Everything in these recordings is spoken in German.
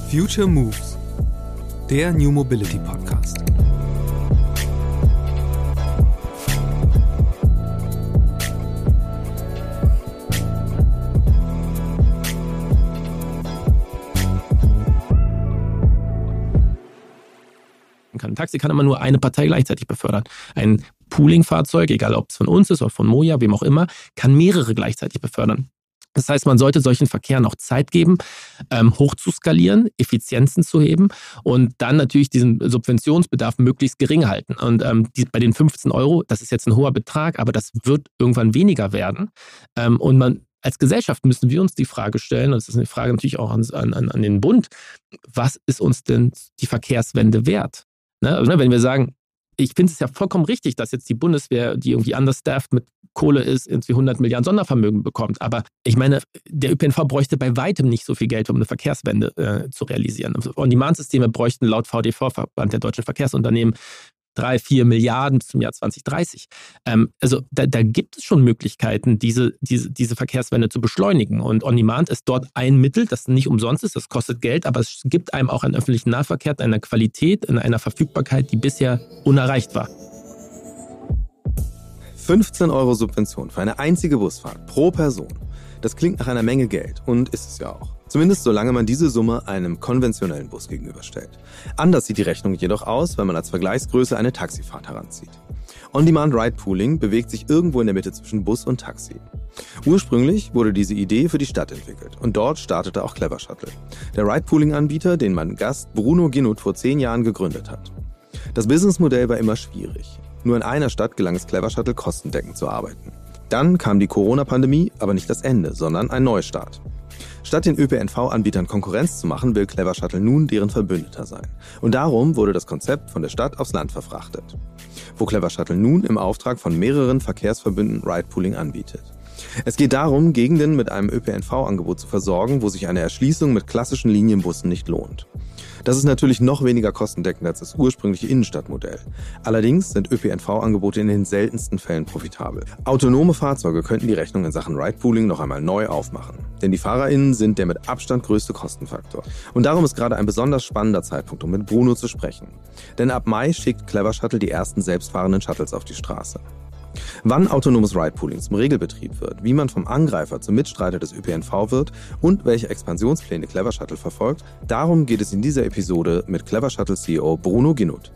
Future Moves, der New Mobility Podcast. Ein Taxi kann immer nur eine Partei gleichzeitig befördern. Ein Pooling-Fahrzeug, egal ob es von uns ist oder von Moja, wem auch immer, kann mehrere gleichzeitig befördern. Das heißt, man sollte solchen Verkehren auch Zeit geben, hoch zu skalieren, Effizienzen zu heben und dann natürlich diesen Subventionsbedarf möglichst gering halten. Und bei den 15 €, das ist jetzt ein hoher Betrag, aber das wird irgendwann weniger werden. Und als Gesellschaft müssen wir uns die Frage stellen, und das ist eine Frage natürlich auch an den Bund, was ist uns denn die Verkehrswende wert? Ne? Also, wenn wir sagen, ich finde es ja vollkommen richtig, dass jetzt die Bundeswehr, die irgendwie understaffed mit Kohle ist, irgendwie 100 Milliarden Sondervermögen bekommt. Aber ich meine, der ÖPNV bräuchte bei weitem nicht so viel Geld, um eine Verkehrswende zu realisieren. On-Demand-Systeme bräuchten laut VDV, Verband der deutschen Verkehrsunternehmen, 3-4 Milliarden bis zum Jahr 2030. Also da gibt es schon Möglichkeiten, diese Verkehrswende zu beschleunigen. Und On-Demand ist dort ein Mittel, das nicht umsonst ist, das kostet Geld, aber es gibt einem auch einen öffentlichen Nahverkehr, einer Qualität, in einer Verfügbarkeit, die bisher unerreicht war. 15 € Subvention für eine einzige Busfahrt pro Person. Das klingt nach einer Menge Geld und ist es ja auch. Zumindest solange man diese Summe einem konventionellen Bus gegenüberstellt. Anders sieht die Rechnung jedoch aus, wenn man als Vergleichsgröße eine Taxifahrt heranzieht. On-Demand-Ride-Pooling bewegt sich irgendwo in der Mitte zwischen Bus und Taxi. Ursprünglich wurde diese Idee für die Stadt entwickelt und dort startete auch Clever Shuttle, der Ride-Pooling-Anbieter, den mein Gast Bruno Ginut vor 10 Jahren gegründet hat. Das Businessmodell war immer schwierig. Nur in einer Stadt gelang es Clever Shuttle kostendeckend zu arbeiten. Dann kam die Corona-Pandemie, aber nicht das Ende, sondern ein Neustart. Statt den ÖPNV-Anbietern Konkurrenz zu machen, will Clever Shuttle nun deren Verbündeter sein. Und darum wurde das Konzept von der Stadt aufs Land verfrachtet, wo Clever Shuttle nun im Auftrag von mehreren Verkehrsverbünden Ride-Pooling anbietet. Es geht darum, Gegenden mit einem ÖPNV-Angebot zu versorgen, wo sich eine Erschließung mit klassischen Linienbussen nicht lohnt. Das ist natürlich noch weniger kostendeckend als das ursprüngliche Innenstadtmodell. Allerdings sind ÖPNV-Angebote in den seltensten Fällen profitabel. Autonome Fahrzeuge könnten die Rechnung in Sachen Ride-Pooling noch einmal neu aufmachen. Denn die FahrerInnen sind der mit Abstand größte Kostenfaktor. Und darum ist gerade ein besonders spannender Zeitpunkt, um mit Bruno zu sprechen. Denn ab Mai schickt Clever Shuttle die ersten selbstfahrenden Shuttles auf die Straße. Wann autonomes Ride-Pooling zum Regelbetrieb wird, wie man vom Angreifer zum Mitstreiter des ÖPNV wird und welche Expansionspläne Clever Shuttle verfolgt, darum geht es in dieser Episode mit Clever Shuttle CEO Bruno Ginut.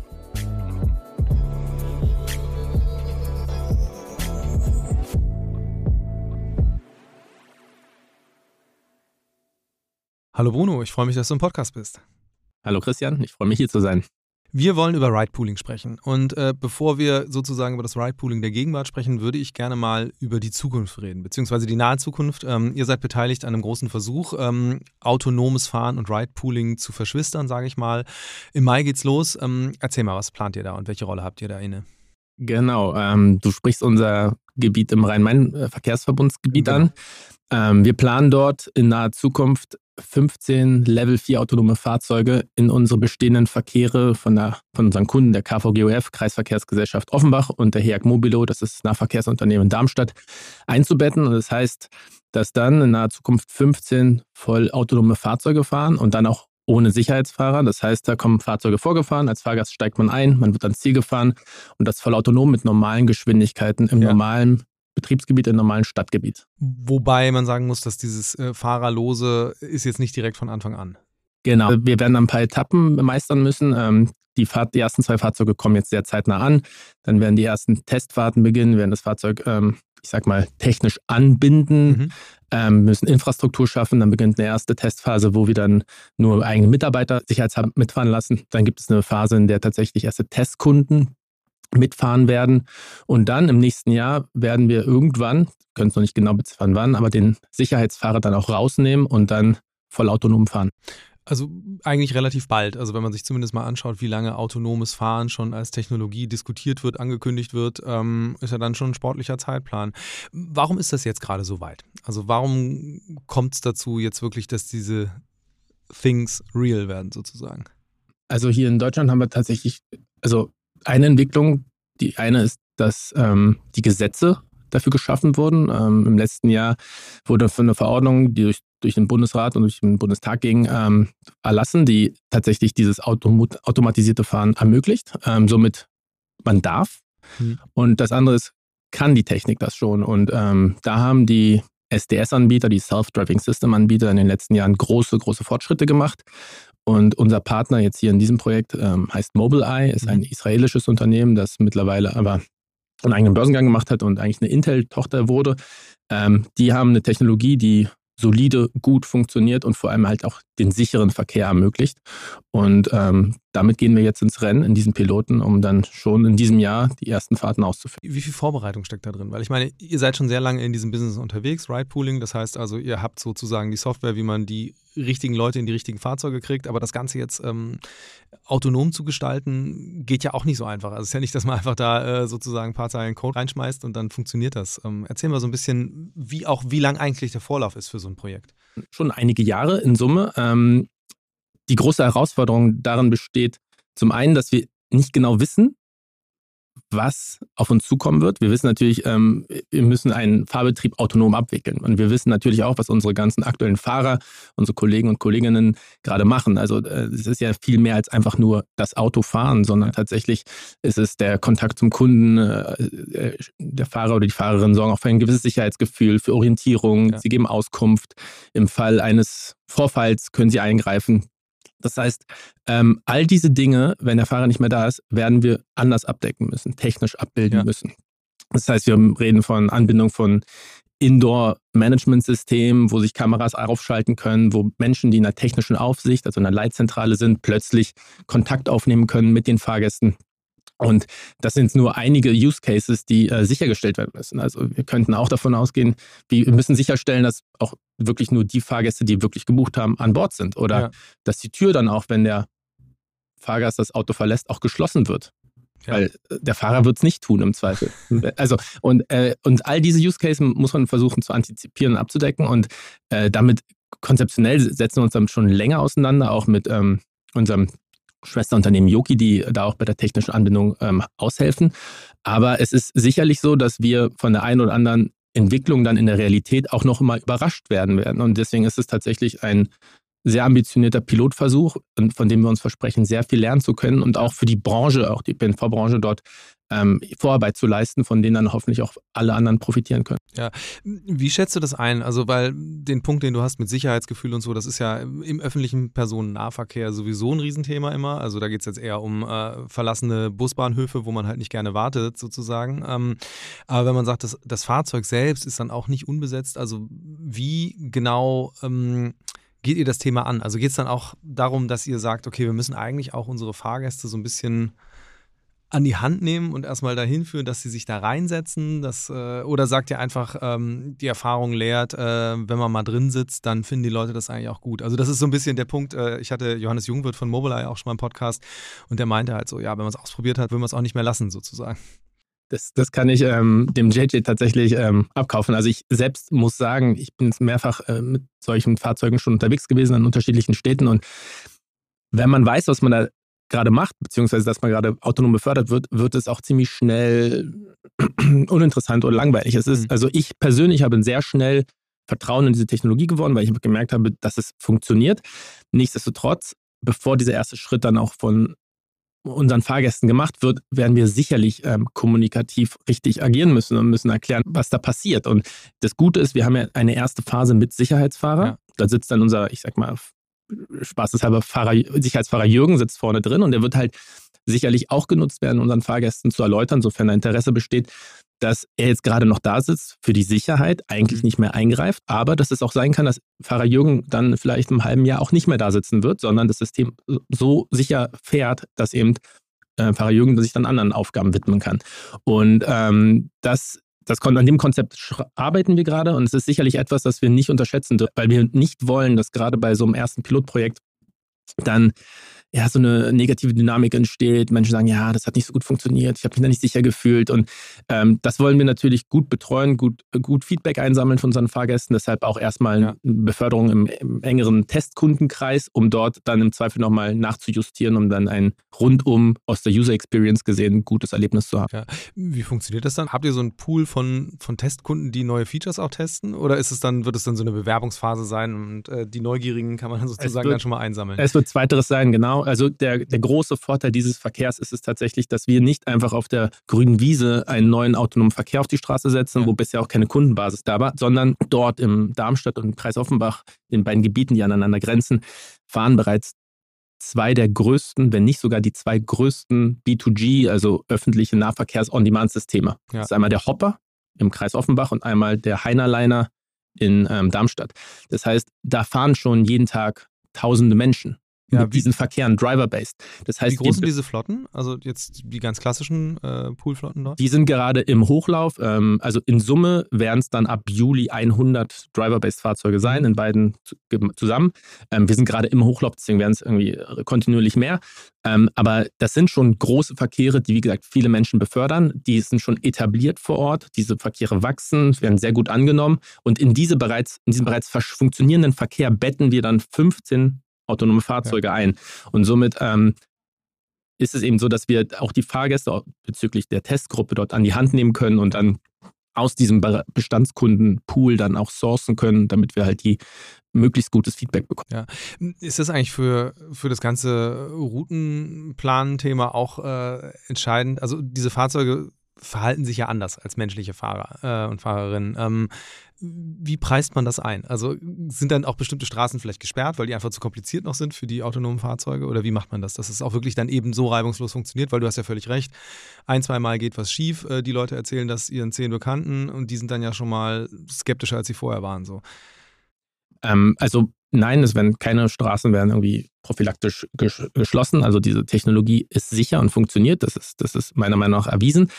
Hallo Bruno, ich freue mich, dass du im Podcast bist. Hallo Christian, ich freue mich hier zu sein. Wir wollen über Ride-Pooling sprechen und bevor wir sozusagen über das Ride-Pooling der Gegenwart sprechen, würde ich gerne mal über die Zukunft reden, beziehungsweise die nahe Zukunft. Ihr seid beteiligt an einem großen Versuch, autonomes Fahren und Ride-Pooling zu verschwistern, sage ich mal. Im Mai geht's los. Erzähl mal, was plant ihr da und welche Rolle habt ihr da inne? Genau, du sprichst unser Gebiet im Rhein-Main-Verkehrsverbundsgebiet an. Wir planen dort in naher Zukunft 15 Level 4 autonome Fahrzeuge in unsere bestehenden Verkehre von unseren Kunden, der KVGOF, Kreisverkehrsgesellschaft Offenbach und der HEAG Mobilo, das ist das Nahverkehrsunternehmen in Darmstadt, einzubetten. Und das heißt, dass dann in naher Zukunft 15 voll autonome Fahrzeuge fahren und dann auch ohne Sicherheitsfahrer. Das heißt, da kommen Fahrzeuge vorgefahren, als Fahrgast steigt man ein, man wird ans Ziel gefahren und das voll autonom mit normalen Geschwindigkeiten im normalen Betriebsgebiet, im normalen Stadtgebiet. Wobei man sagen muss, dass dieses Fahrerlose ist jetzt nicht direkt von Anfang an. Genau, wir werden ein paar Etappen meistern müssen. Die ersten 2 Fahrzeuge kommen jetzt sehr zeitnah an. Dann werden die ersten Testfahrten beginnen, werden das Fahrzeug, technisch anbinden, müssen Infrastruktur schaffen. Dann beginnt eine erste Testphase, wo wir dann nur eigene Mitarbeiter sicherheitshalber mitfahren lassen. Dann gibt es eine Phase, in der tatsächlich erste Testkunden mitfahren werden. Und dann im nächsten Jahr werden wir irgendwann, können es noch nicht genau beziffern wann, aber den Sicherheitsfahrer dann auch rausnehmen und dann voll autonom fahren. Also eigentlich relativ bald. Also wenn man sich zumindest mal anschaut, wie lange autonomes Fahren schon als Technologie diskutiert wird, angekündigt wird, ist ja dann schon ein sportlicher Zeitplan. Warum ist das jetzt gerade so weit? Also warum kommt es dazu jetzt wirklich, dass diese Things real werden sozusagen? Also hier in Deutschland haben wir tatsächlich, eine Entwicklung. Die eine ist, dass die Gesetze dafür geschaffen wurden. Im letzten Jahr wurde für eine Verordnung, die durch durch den Bundesrat und durch den Bundestag ging, erlassen, die tatsächlich dieses automatisierte Fahren ermöglicht. Somit man darf. Und das andere ist, kann die Technik das schon? Und da haben die SDS-Anbieter, die Self-Driving System-Anbieter in den letzten Jahren große Fortschritte gemacht. Und unser Partner jetzt hier in diesem Projekt heißt Mobileye, ist ein israelisches Unternehmen, das mittlerweile aber einen eigenen Börsengang gemacht hat und eigentlich eine Intel-Tochter wurde. Die haben eine Technologie, die solide, gut funktioniert und vor allem halt auch den sicheren Verkehr ermöglicht. Und damit gehen wir jetzt ins Rennen in diesen Piloten, um dann schon in diesem Jahr die ersten Fahrten auszuführen. Wie viel Vorbereitung steckt da drin? Weil ich meine, ihr seid schon sehr lange in diesem Business unterwegs, Ride-Pooling, das heißt also, ihr habt sozusagen die Software, wie man die richtigen Leute in die richtigen Fahrzeuge kriegt, aber das Ganze jetzt autonom zu gestalten, geht ja auch nicht so einfach. Also es ist ja nicht, dass man einfach da sozusagen ein paar Zeilen Code reinschmeißt und dann funktioniert das. Erzähl mal so ein bisschen, wie lang eigentlich der Vorlauf ist für so ein Projekt. Schon einige Jahre in Summe. Die große Herausforderung darin besteht zum einen, dass wir nicht genau wissen, was auf uns zukommen wird. Wir wissen natürlich, wir müssen einen Fahrbetrieb autonom abwickeln. Und wir wissen natürlich auch, was unsere ganzen aktuellen Fahrer, unsere Kollegen und Kolleginnen gerade machen. Also es ist ja viel mehr als einfach nur das Autofahren, sondern tatsächlich ist es der Kontakt zum Kunden. Der Fahrer oder die Fahrerin sorgen auch für ein gewisses Sicherheitsgefühl, für Orientierung. Ja. Sie geben Auskunft. Im Fall eines Vorfalls können sie eingreifen. Das heißt, all diese Dinge, wenn der Fahrer nicht mehr da ist, werden wir anders abdecken müssen, technisch abbilden müssen. Das heißt, wir reden von Anbindung von Indoor-Management-Systemen, wo sich Kameras aufschalten können, wo Menschen, die in der technischen Aufsicht, also in der Leitzentrale sind, plötzlich Kontakt aufnehmen können mit den Fahrgästen. Und das sind nur einige Use Cases, die sichergestellt werden müssen. Also wir könnten auch davon ausgehen, wir müssen sicherstellen, dass auch wirklich nur die Fahrgäste, die wirklich gebucht haben, an Bord sind. Oder dass die Tür dann auch, wenn der Fahrgast das Auto verlässt, auch geschlossen wird. Ja. Weil der Fahrer wird es nicht tun im Zweifel. Also und all diese Use Cases muss man versuchen zu antizipieren und abzudecken. Und damit konzeptionell setzen wir uns damit schon länger auseinander, auch mit unserem Schwesterunternehmen Yoki, die da auch bei der technischen Anbindung aushelfen. Aber es ist sicherlich so, dass wir von der einen oder anderen Entwicklung dann in der Realität auch noch mal überrascht werden. Und deswegen ist es tatsächlich ein sehr ambitionierter Pilotversuch, von dem wir uns versprechen, sehr viel lernen zu können und auch für die Branche, auch die PNV-Branche dort Vorarbeit zu leisten, von denen dann hoffentlich auch alle anderen profitieren können. Ja, wie schätzt du das ein? Also, weil den Punkt, den du hast mit Sicherheitsgefühl und so, das ist ja im öffentlichen Personennahverkehr sowieso ein Riesenthema immer. Also da geht es jetzt eher um verlassene Busbahnhöfe, wo man halt nicht gerne wartet sozusagen. Aber wenn man sagt, das Fahrzeug selbst ist dann auch nicht unbesetzt, also wie genau geht ihr das Thema an? Also geht es dann auch darum, dass ihr sagt, okay, wir müssen eigentlich auch unsere Fahrgäste so ein bisschen an die Hand nehmen und erstmal dahin führen, dass sie sich da reinsetzen? Oder sagt ihr einfach, die Erfahrung lehrt, wenn man mal drin sitzt, dann finden die Leute das eigentlich auch gut? Also das ist so ein bisschen der Punkt, ich hatte Johannes Jungwirth von Mobileye auch schon mal im Podcast und der meinte halt so, ja, wenn man es ausprobiert hat, will man es auch nicht mehr lassen sozusagen. Das kann ich dem JJ tatsächlich abkaufen. Also ich selbst muss sagen, ich bin mehrfach mit solchen Fahrzeugen schon unterwegs gewesen an unterschiedlichen Städten und wenn man weiß, was man da gerade macht, beziehungsweise dass man gerade autonom befördert wird, wird es auch ziemlich schnell uninteressant oder langweilig. Also ich persönlich habe sehr schnell Vertrauen in diese Technologie gewonnen, weil ich gemerkt habe, dass es funktioniert. Nichtsdestotrotz, bevor dieser erste Schritt dann auch von unseren Fahrgästen gemacht wird, werden wir sicherlich kommunikativ richtig agieren müssen und müssen erklären, was da passiert. Und das Gute ist, wir haben ja eine erste Phase mit Sicherheitsfahrer. Ja. Da sitzt dann unser, ich sag mal, spaßeshalber Sicherheitsfahrer Jürgen sitzt vorne drin und der wird halt sicherlich auch genutzt werden, unseren Fahrgästen zu erläutern, sofern da Interesse besteht, dass er jetzt gerade noch da sitzt für die Sicherheit, eigentlich nicht mehr eingreift, aber dass es auch sein kann, dass Fahrer Jürgen dann vielleicht im halben Jahr auch nicht mehr da sitzen wird, sondern das System so sicher fährt, dass eben Fahrer Jürgen sich dann anderen Aufgaben widmen kann. Und an dem Konzept arbeiten wir gerade und es ist sicherlich etwas, das wir nicht unterschätzen dürfen, weil wir nicht wollen, dass gerade bei so einem ersten Pilotprojekt dann so eine negative Dynamik entsteht. Menschen sagen, ja, das hat nicht so gut funktioniert, ich habe mich da nicht sicher gefühlt. Und das wollen wir natürlich gut betreuen, gut Feedback einsammeln von unseren Fahrgästen. Deshalb auch erstmal eine Beförderung im engeren Testkundenkreis, um dort dann im Zweifel nochmal nachzujustieren, um dann ein rundum aus der User Experience gesehen gutes Erlebnis zu haben. Ja. Wie funktioniert das dann? Habt ihr so einen Pool von Testkunden, die neue Features auch testen? Oder wird es dann so eine Bewerbungsphase sein und die Neugierigen kann man dann sozusagen dann schon mal einsammeln? Es wird Zweiteres sein, genau. Also der große Vorteil dieses Verkehrs ist es tatsächlich, dass wir nicht einfach auf der grünen Wiese einen neuen autonomen Verkehr auf die Straße setzen, wo bisher auch keine Kundenbasis da war, sondern dort im Darmstadt und im Kreis Offenbach, in beiden Gebieten, die aneinander grenzen, fahren bereits 2 der größten, wenn nicht sogar die 2 größten B2G, also öffentliche Nahverkehrs-On-Demand-Systeme. Das ist einmal der Hopper im Kreis Offenbach und einmal der Heinerliner in Darmstadt. Das heißt, da fahren schon jeden Tag tausende Menschen mit diesen Verkehren, driver-based. Das heißt, wie groß sind diese Flotten? Also jetzt die ganz klassischen Poolflotten dort? Die sind gerade im Hochlauf. Also in Summe werden es dann ab Juli 100 driver-based Fahrzeuge sein, in beiden zusammen. Wir sind gerade im Hochlauf, deswegen werden es irgendwie kontinuierlich mehr. Aber das sind schon große Verkehre, die, wie gesagt, viele Menschen befördern. Die sind schon etabliert vor Ort. Diese Verkehre wachsen, werden sehr gut angenommen. Und in diesen bereits funktionierenden Verkehr betten wir dann 15 autonome Fahrzeuge ein. Und somit ist es eben so, dass wir auch die Fahrgäste bezüglich der Testgruppe dort an die Hand nehmen können und dann aus diesem Bestandskundenpool dann auch sourcen können, damit wir halt die möglichst gutes Feedback bekommen. Ja. Ist das eigentlich für das ganze Routenplan-Thema auch entscheidend? Also diese Fahrzeuge verhalten sich ja anders als menschliche Fahrer und Fahrerinnen. Wie preist man das ein? Also sind dann auch bestimmte Straßen vielleicht gesperrt, weil die einfach zu kompliziert noch sind für die autonomen Fahrzeuge? Oder wie macht man das, dass es auch wirklich dann eben so reibungslos funktioniert? Weil du hast ja völlig recht, 1-2 Mal geht was schief. Die Leute erzählen das ihren 10 Bekannten und die sind dann ja schon mal skeptischer, als sie vorher waren. So. Also nein, Straßen werden irgendwie prophylaktisch geschlossen. Also diese Technologie ist sicher und funktioniert. Das ist meiner Meinung nach erwiesen.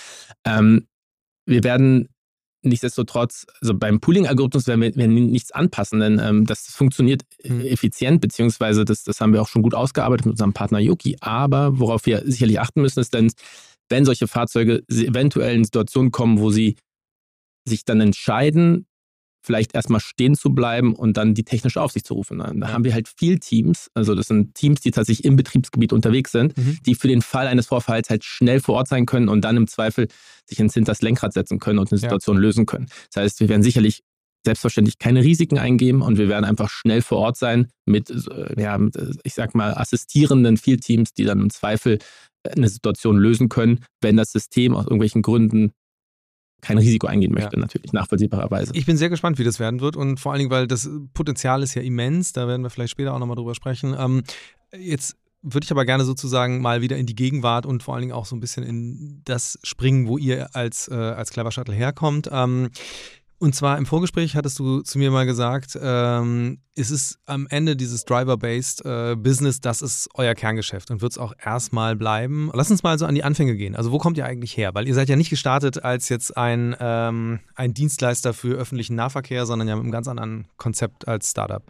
Wir werden nichtsdestotrotz, also beim Pooling-Algorithmus werden wir nichts anpassen, denn das funktioniert effizient, beziehungsweise das haben wir auch schon gut ausgearbeitet mit unserem Partner Yoki. Aber worauf wir sicherlich achten müssen, ist dann, wenn solche Fahrzeuge eventuell in Situationen kommen, wo sie sich dann entscheiden, vielleicht erstmal stehen zu bleiben und dann die technische Aufsicht zu rufen. Da haben wir halt viel Teams, also das sind Teams, die tatsächlich im Betriebsgebiet unterwegs sind, die für den Fall eines Vorfalls halt schnell vor Ort sein können und dann im Zweifel sich hinter das Lenkrad setzen können und eine Situation lösen können. Das heißt, wir werden sicherlich selbstverständlich keine Risiken eingeben und wir werden einfach schnell vor Ort sein mit ich sag mal, assistierenden Field-Teams, die dann im Zweifel eine Situation lösen können, wenn das System aus irgendwelchen Gründen kein Risiko eingehen möchte, natürlich, nachvollziehbarerweise. Ich bin sehr gespannt, wie das werden wird und vor allen Dingen, weil das Potenzial ist ja immens, da werden wir vielleicht später auch nochmal drüber sprechen. Jetzt würde ich aber gerne sozusagen mal wieder in die Gegenwart und vor allen Dingen auch so ein bisschen in das springen, wo ihr als Clever Shuttle herkommt. Und zwar im Vorgespräch hattest du zu mir mal gesagt, es ist am Ende dieses Driver-Based Business, das ist euer Kerngeschäft und wird es auch erstmal bleiben. Lass uns mal so an die Anfänge gehen. Also wo kommt ihr eigentlich her? Weil ihr seid ja nicht gestartet als jetzt ein Dienstleister für öffentlichen Nahverkehr, sondern ja mit einem ganz anderen Konzept als Startup.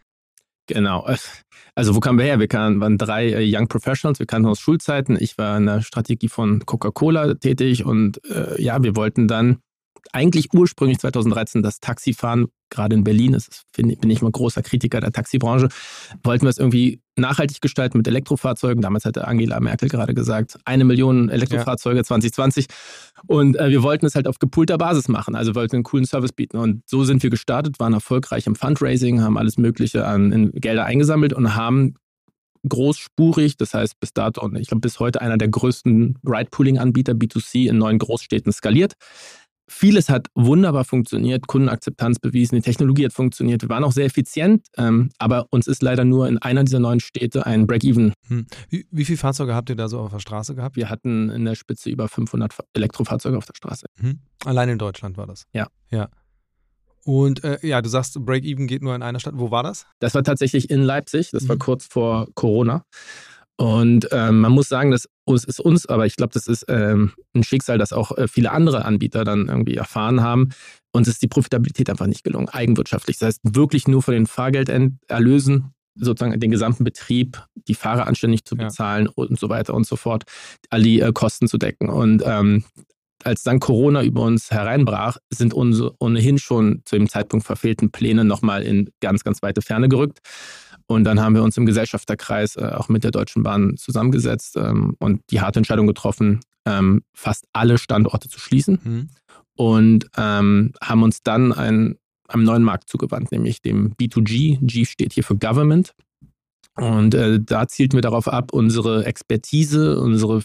Genau. Also wo kamen wir her? Wir waren 3 Young Professionals, wir kannten aus Schulzeiten. Ich war in der Strategie von Coca-Cola tätig und wir wollten dann eigentlich ursprünglich 2013 das Taxifahren, gerade in Berlin, bin ich mal großer Kritiker der Taxibranche, wollten wir es irgendwie nachhaltig gestalten mit Elektrofahrzeugen. Damals hatte Angela Merkel gerade gesagt, 1 Million Elektrofahrzeuge 2020. Und wir wollten es halt auf gepoolter Basis machen. Also wir wollten einen coolen Service bieten. Und so sind wir gestartet, waren erfolgreich im Fundraising, haben alles Mögliche an Gelder eingesammelt und haben großspurig, das heißt bis dato und ich glaube bis heute einer der größten Ride-Pooling-Anbieter B2C in 9 Großstädten skaliert. Vieles hat wunderbar funktioniert, Kundenakzeptanz bewiesen, die Technologie hat funktioniert. Wir waren auch sehr effizient, aber uns ist leider nur in einer dieser 9 Städte ein Break-Even. Wie viele Fahrzeuge habt ihr da so auf der Straße gehabt? Wir hatten in der Spitze über 500 Elektrofahrzeuge auf der Straße. Allein in Deutschland war das? Ja. Und du sagst, Break-Even geht nur in einer Stadt. Wo war das? Das war tatsächlich in Leipzig. Das war kurz vor Corona. Und man muss sagen, das ist uns, aber ich glaube, das ist ein Schicksal, das auch viele andere Anbieter dann irgendwie erfahren haben. Uns ist die Profitabilität einfach nicht gelungen, eigenwirtschaftlich. Das heißt, wirklich nur von den Fahrgelderlösen sozusagen den gesamten Betrieb, die Fahrer anständig zu bezahlen und so weiter und so fort, all die Kosten zu decken. Und als dann Corona über uns hereinbrach, sind unsere ohnehin schon zu dem Zeitpunkt verfehlten Pläne nochmal in ganz, ganz weite Ferne gerückt. Und dann haben wir uns im Gesellschafterkreis auch mit der Deutschen Bahn zusammengesetzt und die harte Entscheidung getroffen, fast alle Standorte zu schließen. Und haben uns dann einem neuen Markt zugewandt, nämlich dem B2G. G steht hier für Government. Und da zielten wir darauf ab, unsere Expertise, unsere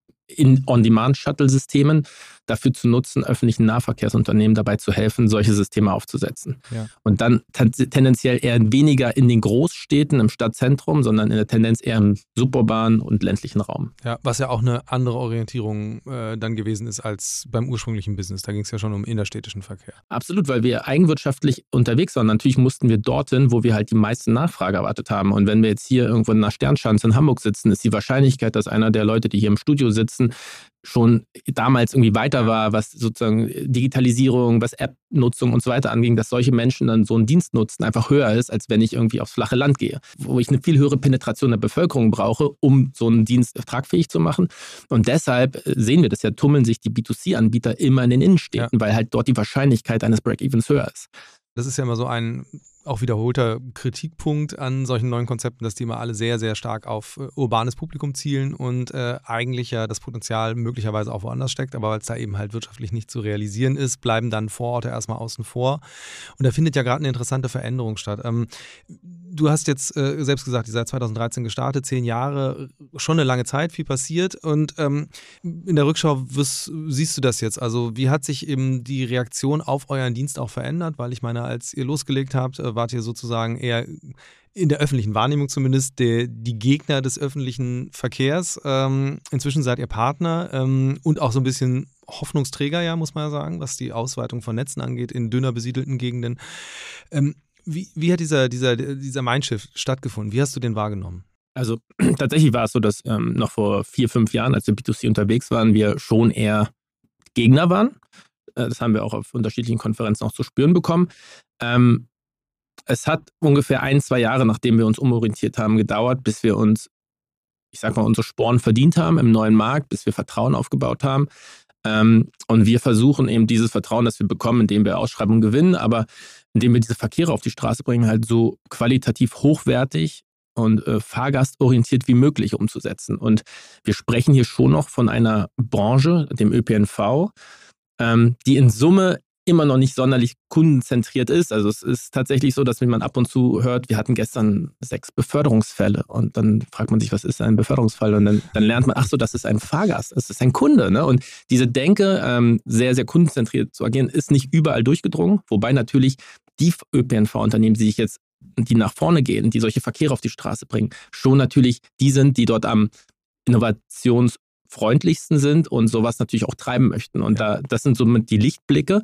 On-Demand-Shuttle-Systemen dafür zu nutzen, öffentlichen Nahverkehrsunternehmen dabei zu helfen, solche Systeme aufzusetzen. Ja. Und dann tendenziell eher weniger in den Großstädten, im Stadtzentrum, sondern in der Tendenz eher im suburbanen und ländlichen Raum. Ja, was ja auch eine andere Orientierung dann gewesen ist als beim ursprünglichen Business. Da ging es ja schon um innerstädtischen Verkehr. Absolut, weil wir eigenwirtschaftlich unterwegs waren. Natürlich mussten wir dorthin, wo wir halt die meisten Nachfrage erwartet haben. Und wenn wir jetzt hier irgendwo in einer Sternschanze in Hamburg sitzen, ist die Wahrscheinlichkeit, dass einer der Leute, die hier im Studio sitzen, schon damals irgendwie weiter war, was sozusagen Digitalisierung, was App-Nutzung und so weiter anging, dass solche Menschen dann so einen Dienst nutzen, einfach höher ist, als wenn ich irgendwie aufs flache Land gehe, wo ich eine viel höhere Penetration der Bevölkerung brauche, um so einen Dienst tragfähig zu machen. Und deshalb sehen wir das ja, tummeln sich die B2C-Anbieter immer in den Innenstädten, weil halt dort die Wahrscheinlichkeit eines Break-Evens höher ist. Das ist ja immer so ein auch wiederholter Kritikpunkt an solchen neuen Konzepten, dass die immer alle sehr, sehr stark auf urbanes Publikum zielen und eigentlich ja das Potenzial möglicherweise auch woanders steckt, aber weil es da eben halt wirtschaftlich nicht zu realisieren ist, bleiben dann Vororte erstmal außen vor. Und da findet ja gerade eine interessante Veränderung statt. Du hast jetzt selbst gesagt, ihr seid 2013 gestartet, 10 Jahre, schon eine lange Zeit, viel passiert und in der Rückschau siehst du das jetzt? Also wie hat sich eben die Reaktion auf euren Dienst auch verändert? Weil ich meine, als ihr losgelegt habt, wart ihr sozusagen eher in der öffentlichen Wahrnehmung zumindest die Gegner des öffentlichen Verkehrs. Inzwischen seid ihr Partner und auch so ein bisschen Hoffnungsträger, ja, muss man ja sagen, was die Ausweitung von Netzen angeht in dünner besiedelten Gegenden. Wie hat dieser Mindshift stattgefunden? Wie hast du den wahrgenommen? Also tatsächlich war es so, dass noch vor 4-5 Jahren, als wir B2C unterwegs waren, wir schon eher Gegner waren. Das haben wir auch auf unterschiedlichen Konferenzen auch zu spüren bekommen. Es hat ungefähr 1-2 Jahre, nachdem wir uns umorientiert haben, gedauert, bis wir uns, ich sag mal, unsere Sporen verdient haben im neuen Markt, bis wir Vertrauen aufgebaut haben. Und wir versuchen eben dieses Vertrauen, das wir bekommen, indem wir Ausschreibungen gewinnen, aber indem wir diese Verkehre auf die Straße bringen, halt so qualitativ hochwertig und fahrgastorientiert wie möglich umzusetzen. Und wir sprechen hier schon noch von einer Branche, dem ÖPNV, die in Summe immer noch nicht sonderlich kundenzentriert ist. Also es ist tatsächlich so, dass wenn man ab und zu hört, wir hatten gestern 6 Beförderungsfälle und dann fragt man sich, was ist ein Beförderungsfall? Und dann lernt man, ach so, das ist ein Fahrgast, das ist ein Kunde. Ne? Und diese Denke, sehr, sehr kundenzentriert zu agieren, ist nicht überall durchgedrungen, wobei natürlich die ÖPNV-Unternehmen, die nach vorne gehen, die solche Verkehre auf die Straße bringen, schon natürlich die sind, die dort am innovationsfreundlichsten sind und sowas natürlich auch treiben möchten. Und das sind somit die Lichtblicke,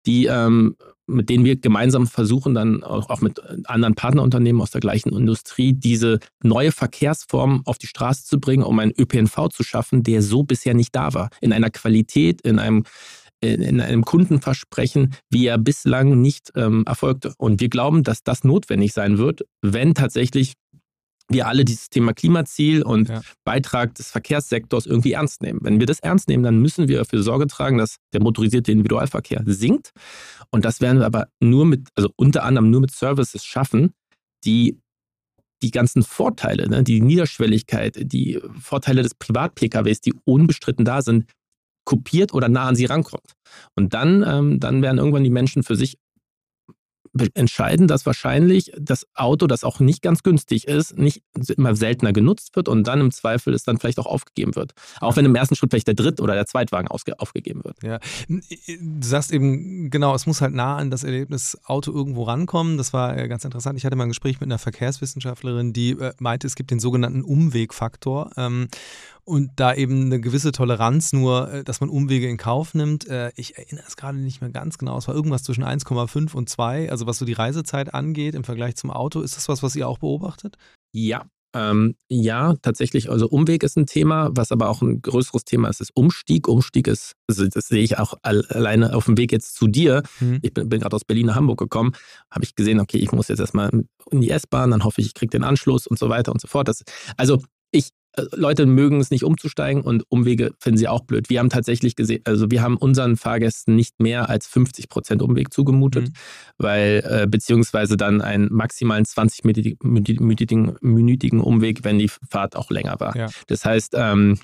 mit denen wir gemeinsam versuchen, dann auch mit anderen Partnerunternehmen aus der gleichen Industrie, diese neue Verkehrsform auf die Straße zu bringen, um einen ÖPNV zu schaffen, der so bisher nicht da war. In einer Qualität, in einem Kundenversprechen, wie er bislang nicht erfolgte. Und wir glauben, dass das notwendig sein wird, wenn tatsächlich wir alle dieses Thema Klimaziel und Beitrag des Verkehrssektors irgendwie ernst nehmen. Wenn wir das ernst nehmen, dann müssen wir dafür Sorge tragen, dass der motorisierte Individualverkehr sinkt. Und das werden wir aber unter anderem nur mit Services schaffen, die ganzen Vorteile, ne, die Niederschwelligkeit, die Vorteile des Privat-PKWs, die unbestritten da sind, kopiert oder nah an sie rankommt. Und dann werden irgendwann die Menschen für sich entscheiden, dass wahrscheinlich das Auto, das auch nicht ganz günstig ist, nicht immer seltener genutzt wird und dann im Zweifel es dann vielleicht auch aufgegeben wird. Auch wenn im ersten Schritt vielleicht der Dritt- oder der Zweitwagen aufgegeben wird. Ja, du sagst eben, genau, es muss halt nah an das Erlebnis Auto irgendwo rankommen. Das war ganz interessant. Ich hatte mal ein Gespräch mit einer Verkehrswissenschaftlerin, die meinte, es gibt den sogenannten Umwegfaktor. Und da eben eine gewisse Toleranz nur, dass man Umwege in Kauf nimmt. Ich erinnere es gerade nicht mehr ganz genau. Es war irgendwas zwischen 1,5 und 2, also was so die Reisezeit angeht im Vergleich zum Auto. Ist das was ihr auch beobachtet? Ja, Ja, tatsächlich. Also Umweg ist ein Thema, was aber auch ein größeres Thema ist Umstieg. Umstieg ist, also das sehe ich auch alleine auf dem Weg jetzt zu dir. Ich bin gerade aus Berlin nach Hamburg gekommen, habe ich gesehen, okay, ich muss jetzt erstmal in die S-Bahn, dann hoffe ich, ich kriege den Anschluss und so weiter und so fort. Leute mögen es nicht umzusteigen und Umwege finden sie auch blöd. Wir haben tatsächlich gesehen, also wir haben unseren Fahrgästen nicht mehr als 50% Umweg zugemutet, weil beziehungsweise dann einen maximalen 20-minütigen Umweg, wenn die Fahrt auch länger war. Ja. Das heißt,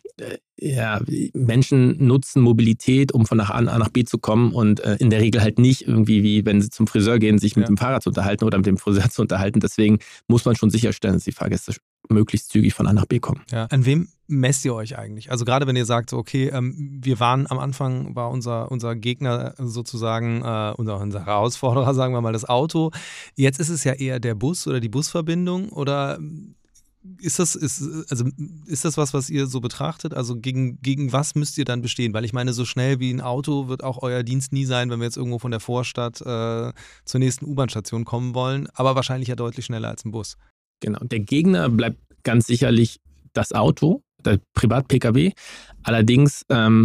Menschen nutzen Mobilität, um von A nach B zu kommen und in der Regel halt nicht irgendwie, wie wenn sie zum Friseur gehen, sich mit dem Fahrrad zu unterhalten oder mit dem Friseur zu unterhalten. Deswegen muss man schon sicherstellen, dass die Fahrgäste möglichst zügig von A nach B kommen. Ja. An wem messt ihr euch eigentlich? Also gerade wenn ihr sagt, so, okay, wir waren am Anfang, war unser Gegner sozusagen, unser Herausforderer, sagen wir mal, das Auto. Jetzt ist es ja eher der Bus oder die Busverbindung oder ist das was ihr so betrachtet? Also gegen was müsst ihr dann bestehen? Weil ich meine, so schnell wie ein Auto wird auch euer Dienst nie sein, wenn wir jetzt irgendwo von der Vorstadt zur nächsten U-Bahn-Station kommen wollen, aber wahrscheinlich ja deutlich schneller als ein Bus. Genau, der Gegner bleibt ganz sicherlich das Auto, der Privat-Pkw. Allerdings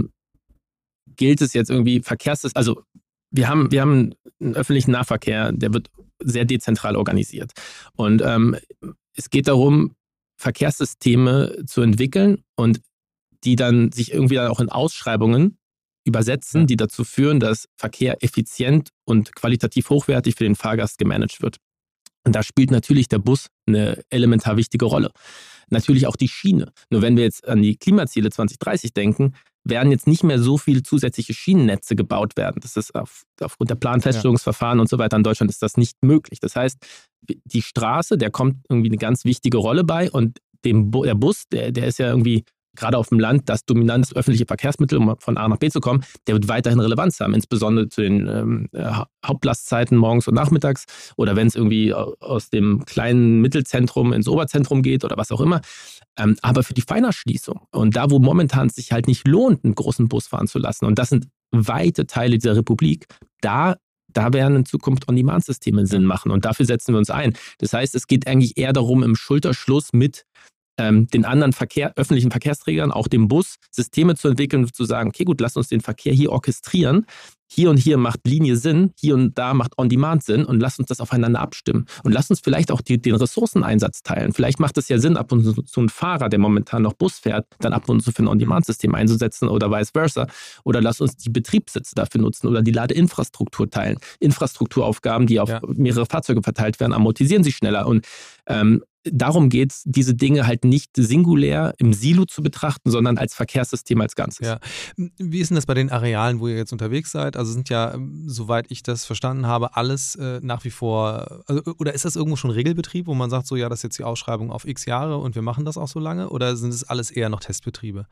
gilt es jetzt irgendwie also wir haben einen öffentlichen Nahverkehr, der wird sehr dezentral organisiert. Und es geht darum, Verkehrssysteme zu entwickeln und die dann sich irgendwie auch in Ausschreibungen übersetzen, die dazu führen, dass Verkehr effizient und qualitativ hochwertig für den Fahrgast gemanagt wird. Und da spielt natürlich der Bus eine elementar wichtige Rolle. Natürlich auch die Schiene. Nur wenn wir jetzt an die Klimaziele 2030 denken, werden jetzt nicht mehr so viele zusätzliche Schienennetze gebaut werden. Das ist aufgrund der Planfeststellungsverfahren und so weiter in Deutschland ist das nicht möglich. Das heißt, die Straße, der kommt irgendwie eine ganz wichtige Rolle bei und der Bus, der ist ja irgendwie gerade auf dem Land das dominante öffentliche Verkehrsmittel, um von A nach B zu kommen, der wird weiterhin Relevanz haben, insbesondere zu den Hauptlastzeiten morgens und nachmittags oder wenn es irgendwie aus dem kleinen Mittelzentrum ins Oberzentrum geht oder was auch immer. Aber für die Feinerschließung und da, wo momentan es sich halt nicht lohnt, einen großen Bus fahren zu lassen, und das sind weite Teile dieser Republik, da werden in Zukunft On-Demand-Systeme Sinn machen und dafür setzen wir uns ein. Das heißt, es geht eigentlich eher darum, im Schulterschluss mit den anderen öffentlichen Verkehrsträgern, auch dem Bus, Systeme zu entwickeln und zu sagen, okay, gut, lass uns den Verkehr hier orchestrieren. Hier und hier macht Linie Sinn, hier und da macht On-Demand Sinn und lass uns das aufeinander abstimmen. Und lass uns vielleicht auch den Ressourceneinsatz teilen. Vielleicht macht es ja Sinn, ab und zu so einen Fahrer, der momentan noch Bus fährt, dann ab und zu für ein On-Demand-System einzusetzen oder vice versa. Oder lass uns die Betriebssitze dafür nutzen oder die Ladeinfrastruktur teilen. Infrastrukturaufgaben, die auf mehrere Fahrzeuge verteilt werden, amortisieren sich schneller. Und darum geht es, diese Dinge halt nicht singulär im Silo zu betrachten, sondern als Verkehrssystem als Ganzes. Ja. Wie ist denn das bei den Arealen, wo ihr jetzt unterwegs seid? Also sind ja, soweit ich das verstanden habe, alles nach wie vor, oder ist das irgendwo schon Regelbetrieb, wo man sagt, so ja, das ist jetzt die Ausschreibung auf x Jahre und wir machen das auch so lange? Oder sind es alles eher noch Testbetriebe?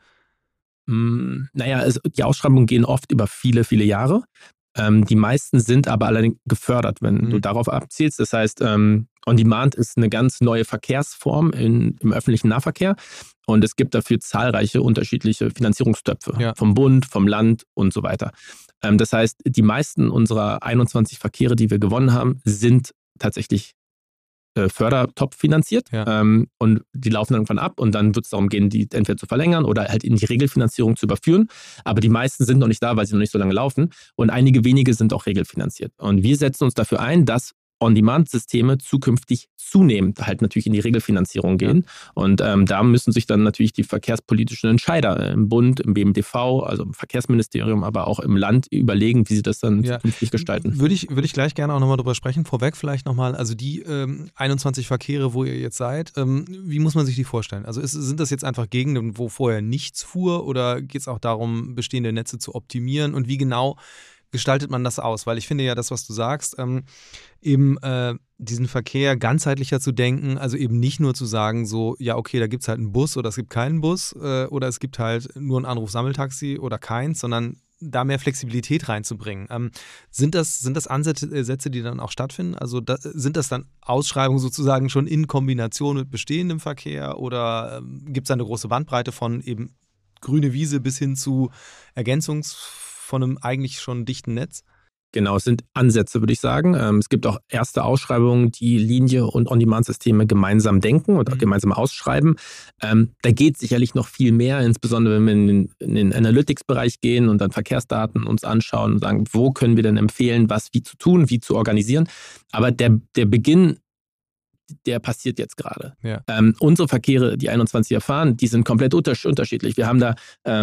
Naja, die Ausschreibungen gehen oft über viele, viele Jahre. Die meisten sind aber allerdings gefördert, wenn du darauf abzielst. Das heißt, On-Demand ist eine ganz neue Verkehrsform im öffentlichen Nahverkehr und es gibt dafür zahlreiche unterschiedliche Finanzierungstöpfe vom Bund, vom Land und so weiter. Das heißt, die meisten unserer 21 Verkehre, die wir gewonnen haben, sind tatsächlich Fördertopf finanziert und die laufen dann irgendwann ab und dann wird es darum gehen, die entweder zu verlängern oder halt in die Regelfinanzierung zu überführen. Aber die meisten sind noch nicht da, weil sie noch nicht so lange laufen und einige wenige sind auch regelfinanziert. Und wir setzen uns dafür ein, dass On-Demand-Systeme zukünftig zunehmend halt natürlich in die Regelfinanzierung gehen. Und da müssen sich dann natürlich die verkehrspolitischen Entscheider im Bund, im BMDV, also im Verkehrsministerium, aber auch im Land überlegen, wie sie das dann zukünftig gestalten. Würde ich gleich gerne auch nochmal drüber sprechen. Vorweg vielleicht nochmal, also die 21 Verkehre, wo ihr jetzt seid, wie muss man sich die vorstellen? Also sind das jetzt einfach Gegenden, wo vorher nichts fuhr oder geht es auch darum, bestehende Netze zu optimieren und wie genau gestaltet man das aus? Weil ich finde ja das, was du sagst, eben diesen Verkehr ganzheitlicher zu denken, also eben nicht nur zu sagen, so, ja, okay, da gibt es halt einen Bus oder es gibt keinen Bus oder es gibt halt nur ein Anruf-Sammeltaxi oder keins, sondern da mehr Flexibilität reinzubringen. Sind das Ansätze, die dann auch stattfinden? Also sind das dann Ausschreibungen sozusagen schon in Kombination mit bestehendem Verkehr oder gibt es da eine große Bandbreite von eben grüne Wiese bis hin zu Ergänzung von einem eigentlich schon dichten Netz? Genau, es sind Ansätze, würde ich sagen. Es gibt auch erste Ausschreibungen, die Linie- und On-Demand-Systeme gemeinsam denken und auch gemeinsam ausschreiben. Da geht sicherlich noch viel mehr, insbesondere wenn wir in den Analytics-Bereich gehen und dann Verkehrsdaten uns anschauen und sagen, wo können wir denn empfehlen, was wie zu tun, wie zu organisieren. Aber der Beginn, der passiert jetzt gerade. Ja. Unsere Verkehre, die 21er fahren, die sind komplett unterschiedlich. Wir haben da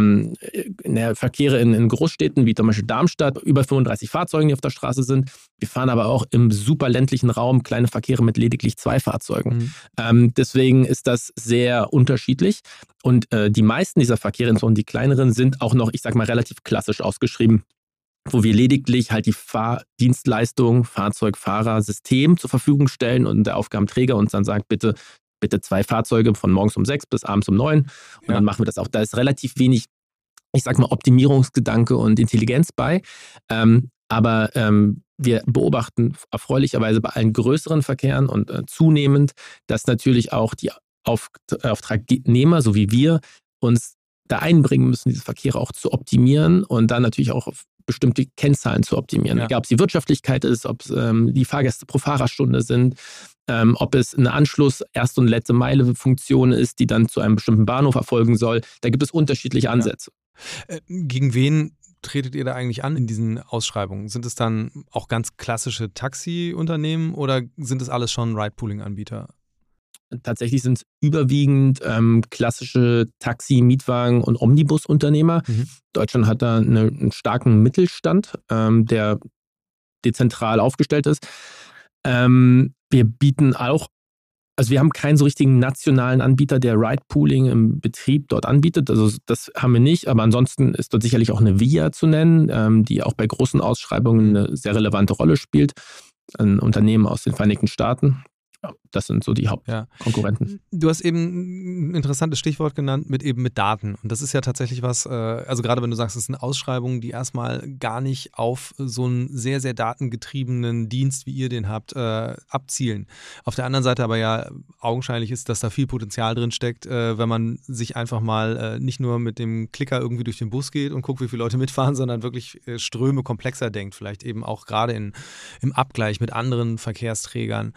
Verkehre in Großstädten, wie zum Beispiel Darmstadt, über 35 Fahrzeugen, die auf der Straße sind. Wir fahren aber auch im super ländlichen Raum kleine Verkehre mit lediglich 2 Fahrzeugen. Deswegen ist das sehr unterschiedlich. Und die meisten dieser Verkehre, insbesondere die kleineren, sind auch noch, ich sag mal, relativ klassisch ausgeschrieben, wo wir lediglich halt die Fahrdienstleistung, Fahrzeugfahrersystem zur Verfügung stellen und der Aufgabenträger uns dann sagt, bitte 2 Fahrzeuge von morgens um 6 bis abends um 9. Und dann machen wir das auch. Da ist relativ wenig, ich sag mal, Optimierungsgedanke und Intelligenz bei. Aber wir beobachten erfreulicherweise bei allen größeren Verkehren und zunehmend, dass natürlich auch die Auftragnehmer, so wie wir, uns da einbringen müssen, diese Verkehre auch zu optimieren und dann natürlich auch auf bestimmte Kennzahlen zu optimieren. Egal, ob es die Wirtschaftlichkeit ist, ob es die Fahrgäste pro Fahrerstunde sind, ob es eine Anschluss-, erste und letzte Meile-Funktion ist, die dann zu einem bestimmten Bahnhof erfolgen soll. Da gibt es unterschiedliche Ansätze. Gegen wen tretet ihr da eigentlich an in diesen Ausschreibungen? Sind es dann auch ganz klassische Taxi-Unternehmen oder sind es alles schon Ride-Pooling-Anbieter? Tatsächlich sind es überwiegend klassische Taxi-, Mietwagen- und Omnibusunternehmer. Deutschland hat da einen starken Mittelstand, der dezentral aufgestellt ist. Wir bieten auch, also wir haben keinen so richtigen nationalen Anbieter, der Ride-Pooling im Betrieb dort anbietet. Also das haben wir nicht, aber ansonsten ist dort sicherlich auch eine VIA zu nennen, die auch bei großen Ausschreibungen eine sehr relevante Rolle spielt. Ein Unternehmen aus den Vereinigten Staaten. Ja, das sind so die Hauptkonkurrenten. Du hast eben ein interessantes Stichwort genannt mit Daten. Und das ist ja tatsächlich was, also gerade wenn du sagst, es sind Ausschreibungen, die erstmal gar nicht auf so einen sehr, sehr datengetriebenen Dienst, wie ihr den habt, abzielen. Auf der anderen Seite aber ja augenscheinlich ist, dass da viel Potenzial drin steckt, wenn man sich einfach mal nicht nur mit dem Klicker irgendwie durch den Bus geht und guckt, wie viele Leute mitfahren, sondern wirklich Ströme komplexer denkt. Vielleicht eben auch gerade im Abgleich mit anderen Verkehrsträgern.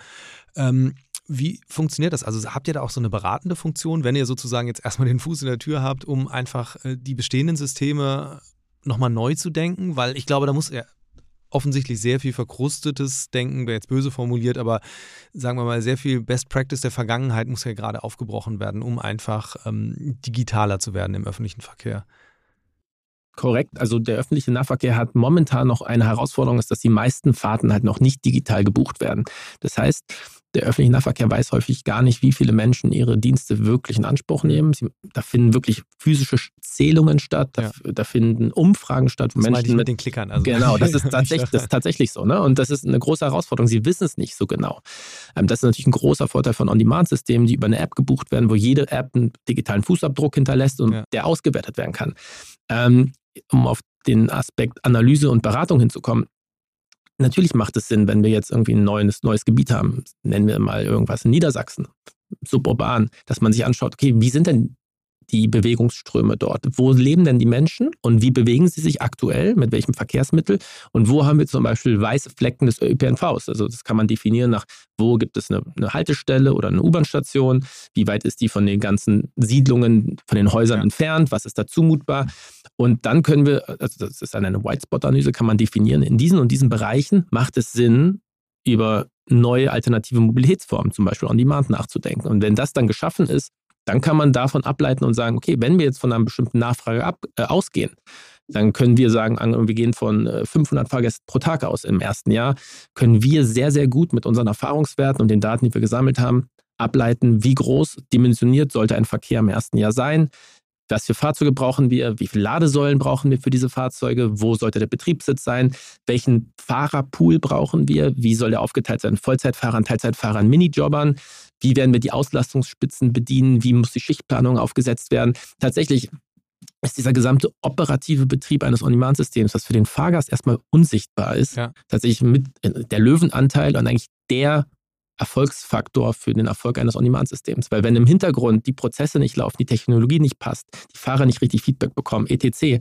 Wie funktioniert das? Also habt ihr da auch so eine beratende Funktion, wenn ihr sozusagen jetzt erstmal den Fuß in der Tür habt, um einfach die bestehenden Systeme nochmal neu zu denken? Weil ich glaube, da muss ja offensichtlich sehr viel verkrustetes Denken, wäre jetzt böse formuliert, aber sagen wir mal, sehr viel Best Practice der Vergangenheit muss ja gerade aufgebrochen werden, um einfach digitaler zu werden im öffentlichen Verkehr. Korrekt, also der öffentliche Nahverkehr hat momentan noch eine Herausforderung, ist, dass die meisten Fahrten halt noch nicht digital gebucht werden. Das heißt, der öffentliche Nahverkehr weiß häufig gar nicht, wie viele Menschen ihre Dienste wirklich in Anspruch nehmen. Da finden wirklich physische Zählungen statt, da finden Umfragen statt. Wo das Menschen mit den Klickern. Also. Genau, das ist tatsächlich so. Ne? Und das ist eine große Herausforderung. Sie wissen es nicht so genau. Das ist natürlich ein großer Vorteil von On-Demand-Systemen, die über eine App gebucht werden, wo jede App einen digitalen Fußabdruck hinterlässt und der ausgewertet werden kann. Um auf den Aspekt Analyse und Beratung hinzukommen, natürlich macht es Sinn, wenn wir jetzt irgendwie ein neues Gebiet haben, nennen wir mal irgendwas in Niedersachsen, suburban, dass man sich anschaut, okay, wie sind denn die Bewegungsströme dort? Wo leben denn die Menschen und wie bewegen sie sich aktuell, mit welchem Verkehrsmittel? Und wo haben wir zum Beispiel weiße Flecken des ÖPNVs? Also das kann man definieren nach, wo gibt es eine Haltestelle oder eine U-Bahn-Station? Wie weit ist die von den ganzen Siedlungen, von den Häusern entfernt? Was ist da zumutbar? Und dann können wir, also das ist eine Whitespot-Analyse, kann man definieren, in diesen und diesen Bereichen macht es Sinn, über neue alternative Mobilitätsformen, zum Beispiel On-Demand, nachzudenken. Und wenn das dann geschaffen ist, dann kann man davon ableiten und sagen, okay, wenn wir jetzt von einer bestimmten Nachfrage ausgehen, dann können wir sagen, wir gehen von 500 Fahrgästen pro Tag aus im ersten Jahr, können wir sehr, sehr gut mit unseren Erfahrungswerten und den Daten, die wir gesammelt haben, ableiten, wie groß dimensioniert sollte ein Verkehr im ersten Jahr sein, was für Fahrzeuge brauchen wir, wie viele Ladesäulen brauchen wir für diese Fahrzeuge, wo sollte der Betriebssitz sein, welchen Fahrerpool brauchen wir, wie soll der aufgeteilt sein, Vollzeitfahrern, Teilzeitfahrern, Minijobbern, wie werden wir die Auslastungsspitzen bedienen, wie muss die Schichtplanung aufgesetzt werden. Tatsächlich ist dieser gesamte operative Betrieb eines On-Demand-Systems, was für den Fahrgast erstmal unsichtbar ist, tatsächlich mit der Löwenanteil und eigentlich der Erfolgsfaktor für den Erfolg eines On-Demand-Systems. Weil wenn im Hintergrund die Prozesse nicht laufen, die Technologie nicht passt, die Fahrer nicht richtig Feedback bekommen, etc.,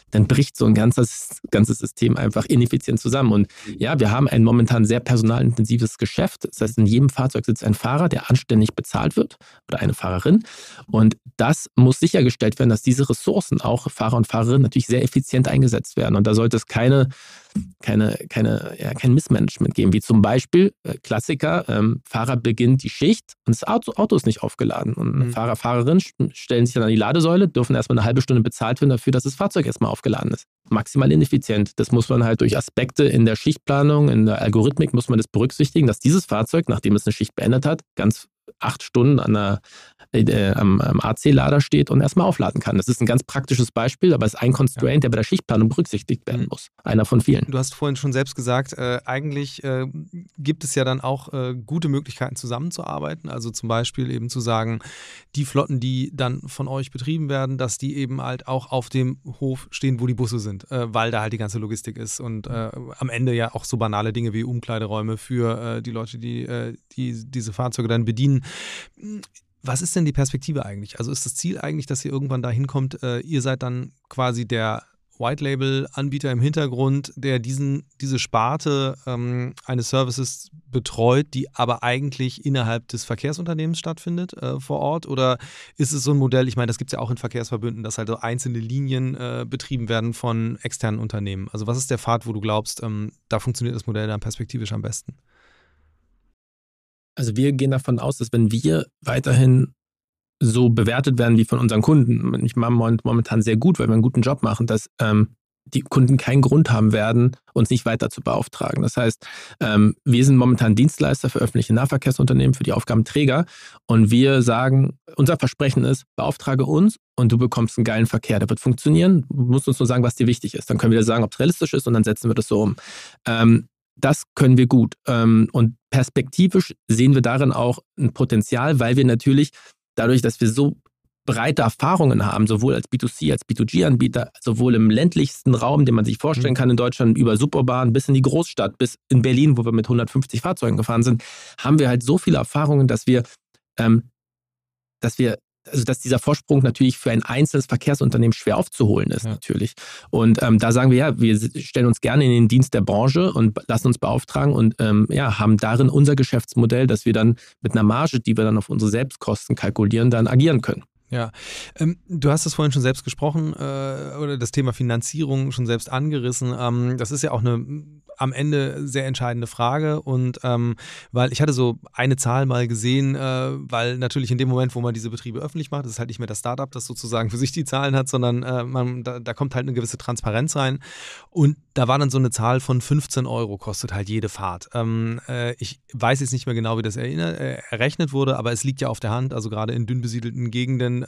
dann bricht so ein ganzes System einfach ineffizient zusammen. Und ja, wir haben ein momentan sehr personalintensives Geschäft. Das heißt, in jedem Fahrzeug sitzt ein Fahrer, der anständig bezahlt wird oder eine Fahrerin. Und das muss sichergestellt werden, dass diese Ressourcen, auch Fahrer und Fahrerinnen, natürlich sehr effizient eingesetzt werden. Und da sollte es kein Missmanagement geben, wie zum Beispiel Klassiker, Fahrer beginnt die Schicht und das Auto ist nicht aufgeladen. Und Fahrer, Fahrerinnen stellen sich dann an die Ladesäule, dürfen erstmal eine halbe Stunde bezahlt werden dafür, dass das Fahrzeug erstmal aufgeladen ist. Maximal ineffizient. Das muss man halt durch Aspekte in der Schichtplanung, in der Algorithmik muss man das berücksichtigen, dass dieses Fahrzeug, nachdem es eine Schicht beendet hat, ganz 8 Stunden am AC-Lader steht und erstmal aufladen kann. Das ist ein ganz praktisches Beispiel, aber es ist ein Constraint, der bei der Schichtplanung berücksichtigt werden muss. Einer von vielen. Du hast vorhin schon selbst gesagt, eigentlich gibt es ja dann auch gute Möglichkeiten zusammenzuarbeiten. Also zum Beispiel eben zu sagen, die Flotten, die dann von euch betrieben werden, dass die eben halt auch auf dem Hof stehen, wo die Busse sind, weil da halt die ganze Logistik ist und am Ende ja auch so banale Dinge wie Umkleideräume für die Leute, die diese Fahrzeuge dann bedienen. Was ist denn die Perspektive eigentlich? Also ist das Ziel eigentlich, dass ihr irgendwann dahin kommt, ihr seid dann quasi der White-Label-Anbieter im Hintergrund, der diese Sparte eines Services betreut, die aber eigentlich innerhalb des Verkehrsunternehmens stattfindet vor Ort? Oder ist es so ein Modell, ich meine, das gibt es ja auch in Verkehrsverbünden, dass halt so einzelne Linien betrieben werden von externen Unternehmen. Also was ist der Pfad, wo du glaubst, da funktioniert das Modell dann perspektivisch am besten? Also wir gehen davon aus, dass wenn wir weiterhin so bewertet werden wie von unseren Kunden, ich mache momentan sehr gut, weil wir einen guten Job machen, dass die Kunden keinen Grund haben werden, uns nicht weiter zu beauftragen. Das heißt, wir sind momentan Dienstleister für öffentliche Nahverkehrsunternehmen, für die Aufgabenträger und wir sagen, unser Versprechen ist, beauftrage uns und du bekommst einen geilen Verkehr. Der wird funktionieren, du musst uns nur sagen, was dir wichtig ist. Dann können wir dir sagen, ob es realistisch ist und dann setzen wir das so um. Das können wir gut. Und perspektivisch sehen wir darin auch ein Potenzial, weil wir natürlich dadurch, dass wir so breite Erfahrungen haben, sowohl als B2C, als B2G-Anbieter, sowohl im ländlichsten Raum, den man sich vorstellen kann in Deutschland, über Suburban bis in die Großstadt, bis in Berlin, wo wir mit 150 Fahrzeugen gefahren sind, haben wir halt so viele Erfahrungen, dass dieser Vorsprung natürlich für ein einzelnes Verkehrsunternehmen schwer aufzuholen ist, natürlich. Und da sagen wir, ja, wir stellen uns gerne in den Dienst der Branche und lassen uns beauftragen und haben darin unser Geschäftsmodell, dass wir dann mit einer Marge, die wir dann auf unsere Selbstkosten kalkulieren, dann agieren können. Ja, du hast es vorhin schon selbst gesprochen oder das Thema Finanzierung schon selbst angerissen. Das ist ja auch eine am Ende sehr entscheidende Frage und weil ich hatte so eine Zahl mal gesehen, weil natürlich in dem Moment, wo man diese Betriebe öffentlich macht, das ist halt nicht mehr das Startup, das sozusagen für sich die Zahlen hat, sondern da kommt halt eine gewisse Transparenz rein und da war dann so eine Zahl von 15 € kostet halt jede Fahrt. Ich weiß jetzt nicht mehr genau, wie das errechnet wurde, aber es liegt ja auf der Hand, also gerade in dünn besiedelten Gegenden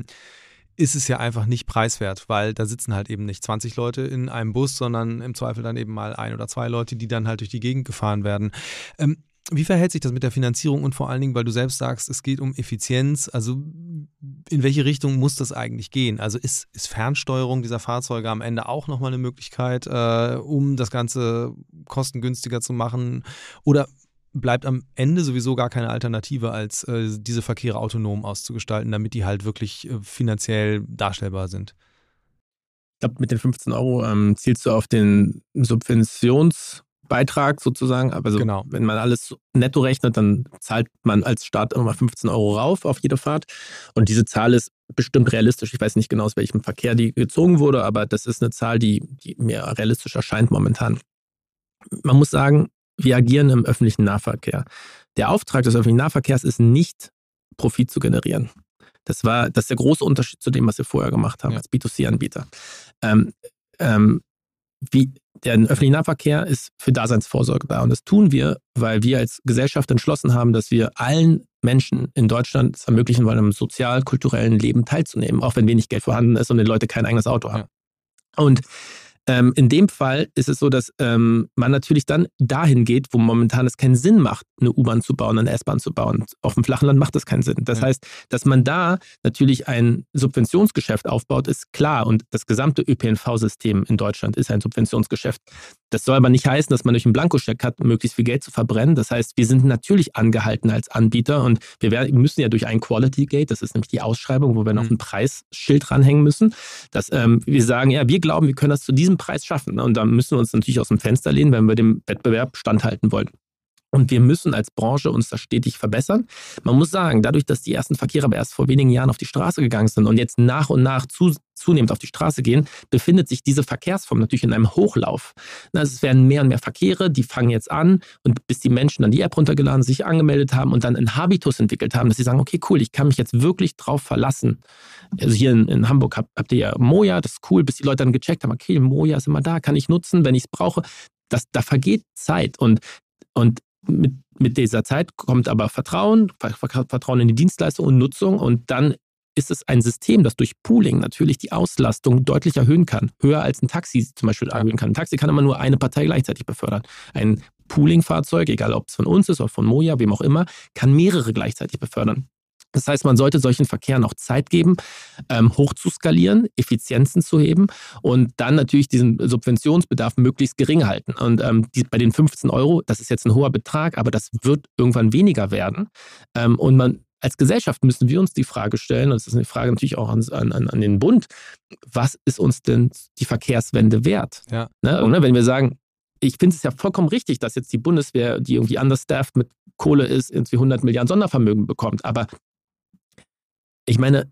ist es ja einfach nicht preiswert, weil da sitzen halt eben nicht 20 Leute in einem Bus, sondern im Zweifel dann eben mal 1 oder 2 Leute, die dann halt durch die Gegend gefahren werden. Wie verhält sich das mit der Finanzierung und vor allen Dingen, weil du selbst sagst, es geht um Effizienz, also in welche Richtung muss das eigentlich gehen? Also ist Fernsteuerung dieser Fahrzeuge am Ende auch nochmal eine Möglichkeit, um das Ganze kostengünstiger zu machen oder bleibt am Ende sowieso gar keine Alternative, als diese Verkehre autonom auszugestalten, damit die halt wirklich finanziell darstellbar sind? Ich glaube, mit den 15 € zielst du auf den Subventionsbeitrag sozusagen. Also genau. Wenn man alles netto rechnet, dann zahlt man als Staat nochmal 15 € rauf auf jede Fahrt. Und diese Zahl ist bestimmt realistisch. Ich weiß nicht genau, aus welchem Verkehr die gezogen wurde, aber das ist eine Zahl, die mir realistisch erscheint momentan. Man muss sagen, wir agieren im öffentlichen Nahverkehr. Der Auftrag des öffentlichen Nahverkehrs ist nicht, Profit zu generieren. Das ist der große Unterschied zu dem, was wir vorher gemacht haben als B2C-Anbieter. Der öffentliche Nahverkehr ist für Daseinsvorsorge da. Und das tun wir, weil wir als Gesellschaft entschlossen haben, dass wir allen Menschen in Deutschland es ermöglichen wollen, am sozial-kulturellen Leben teilzunehmen, auch wenn wenig Geld vorhanden ist und die Leute kein eigenes Auto haben. Und in dem Fall ist es so, dass man natürlich dann dahin geht, wo momentan es keinen Sinn macht, eine U-Bahn zu bauen, eine S-Bahn zu bauen. Auf dem flachen Land macht das keinen Sinn. Das heißt, dass man da natürlich ein Subventionsgeschäft aufbaut, ist klar. Und das gesamte ÖPNV-System in Deutschland ist ein Subventionsgeschäft. Das soll aber nicht heißen, dass man durch einen Blankoscheck hat, möglichst viel Geld zu verbrennen. Das heißt, wir sind natürlich angehalten als Anbieter und wir müssen ja durch ein Quality Gate, das ist nämlich die Ausschreibung, wo wir noch ein Preisschild ranhängen müssen, dass wir sagen, ja, wir glauben, wir können das zu diesem Preis schaffen. Und da müssen wir uns natürlich aus dem Fenster lehnen, wenn wir dem Wettbewerb standhalten wollen. Und wir müssen als Branche uns da stetig verbessern. Man muss sagen, dadurch, dass die ersten Verkehrer aber erst vor wenigen Jahren auf die Straße gegangen sind und jetzt nach und nach zunehmend auf die Straße gehen, befindet sich diese Verkehrsform natürlich in einem Hochlauf. Also es werden mehr und mehr Verkehre, die fangen jetzt an und bis die Menschen dann die App runtergeladen, sich angemeldet haben und dann einen Habitus entwickelt haben, dass sie sagen, okay, cool, ich kann mich jetzt wirklich drauf verlassen. Also hier in Hamburg habt ihr ja Moja, das ist cool, bis die Leute dann gecheckt haben, okay, Moja ist immer da, kann ich nutzen, wenn ich es brauche. Da vergeht Zeit und mit dieser Zeit kommt aber Vertrauen in die Dienstleistung und Nutzung und dann ist es ein System, das durch Pooling natürlich die Auslastung deutlich erhöhen kann. Höher als ein Taxi zum Beispiel erhöhen kann. Ein Taxi kann immer nur eine Partei gleichzeitig befördern. Ein Pooling-Fahrzeug, egal ob es von uns ist oder von Moja, wem auch immer, kann mehrere gleichzeitig befördern. Das heißt, man sollte solchen Verkehr noch Zeit geben, hoch zu skalieren, Effizienzen zu heben und dann natürlich diesen Subventionsbedarf möglichst gering halten. Und bei den 15 €, das ist jetzt ein hoher Betrag, aber das wird irgendwann weniger werden. Und als Gesellschaft müssen wir uns die Frage stellen, und das ist eine Frage natürlich auch an den Bund, was ist uns denn die Verkehrswende wert? Ja. Ne, wenn wir sagen, ich finde es ja vollkommen richtig, dass jetzt die Bundeswehr, die irgendwie understaffed mit Kohle ist, irgendwie 100 Milliarden Sondervermögen bekommt, aber ich meine,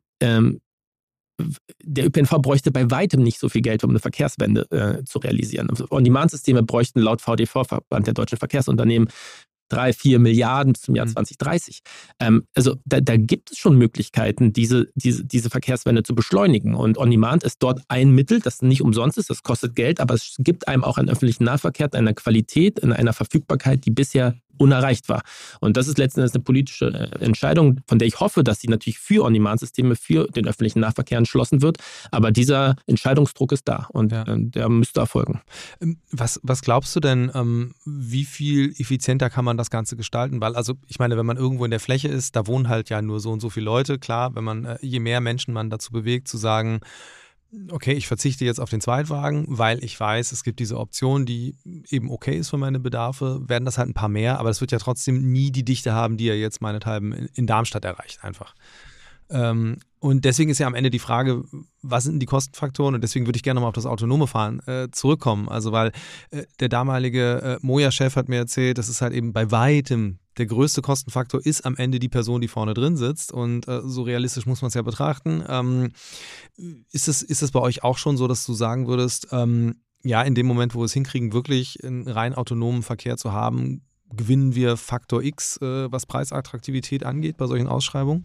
der ÖPNV bräuchte bei weitem nicht so viel Geld, um eine Verkehrswende zu realisieren. On-Demand-Systeme bräuchten laut VDV, Verband der deutschen Verkehrsunternehmen, 3-4 Milliarden bis zum Jahr 2030. Also da gibt es schon Möglichkeiten, diese Verkehrswende zu beschleunigen. Und On-Demand ist dort ein Mittel, das nicht umsonst ist, das kostet Geld, aber es gibt einem auch einen öffentlichen Nahverkehr, in einer Qualität, in einer Verfügbarkeit, die bisher unerreicht war. Und das ist letzten Endes eine politische Entscheidung, von der ich hoffe, dass sie natürlich für On-Demand-Systeme, für den öffentlichen Nahverkehr entschlossen wird. Aber dieser Entscheidungsdruck ist da und der müsste erfolgen. Was glaubst du denn, wie viel effizienter kann man das Ganze gestalten? Weil, also ich meine, wenn man irgendwo in der Fläche ist, da wohnen halt ja nur so und so viele Leute. Klar, wenn man, je mehr Menschen man dazu bewegt, zu sagen, okay, ich verzichte jetzt auf den Zweitwagen, weil ich weiß, es gibt diese Option, die eben okay ist für meine Bedarfe, werden das halt ein paar mehr, aber es wird ja trotzdem nie die Dichte haben, die er jetzt meinethalben in Darmstadt erreicht einfach. Und deswegen ist ja am Ende die Frage, was sind die Kostenfaktoren? Und deswegen würde ich gerne nochmal auf das autonome Fahren zurückkommen. Also weil der damalige Moja-Chef hat mir erzählt, das ist halt eben bei weitem der größte Kostenfaktor ist am Ende die Person, die vorne drin sitzt. Und so realistisch muss man es ja betrachten. Ist es bei euch auch schon so, dass du sagen würdest, ja, in dem Moment, wo wir es hinkriegen, wirklich einen rein autonomen Verkehr zu haben, gewinnen wir Faktor X, was Preisattraktivität angeht bei solchen Ausschreibungen?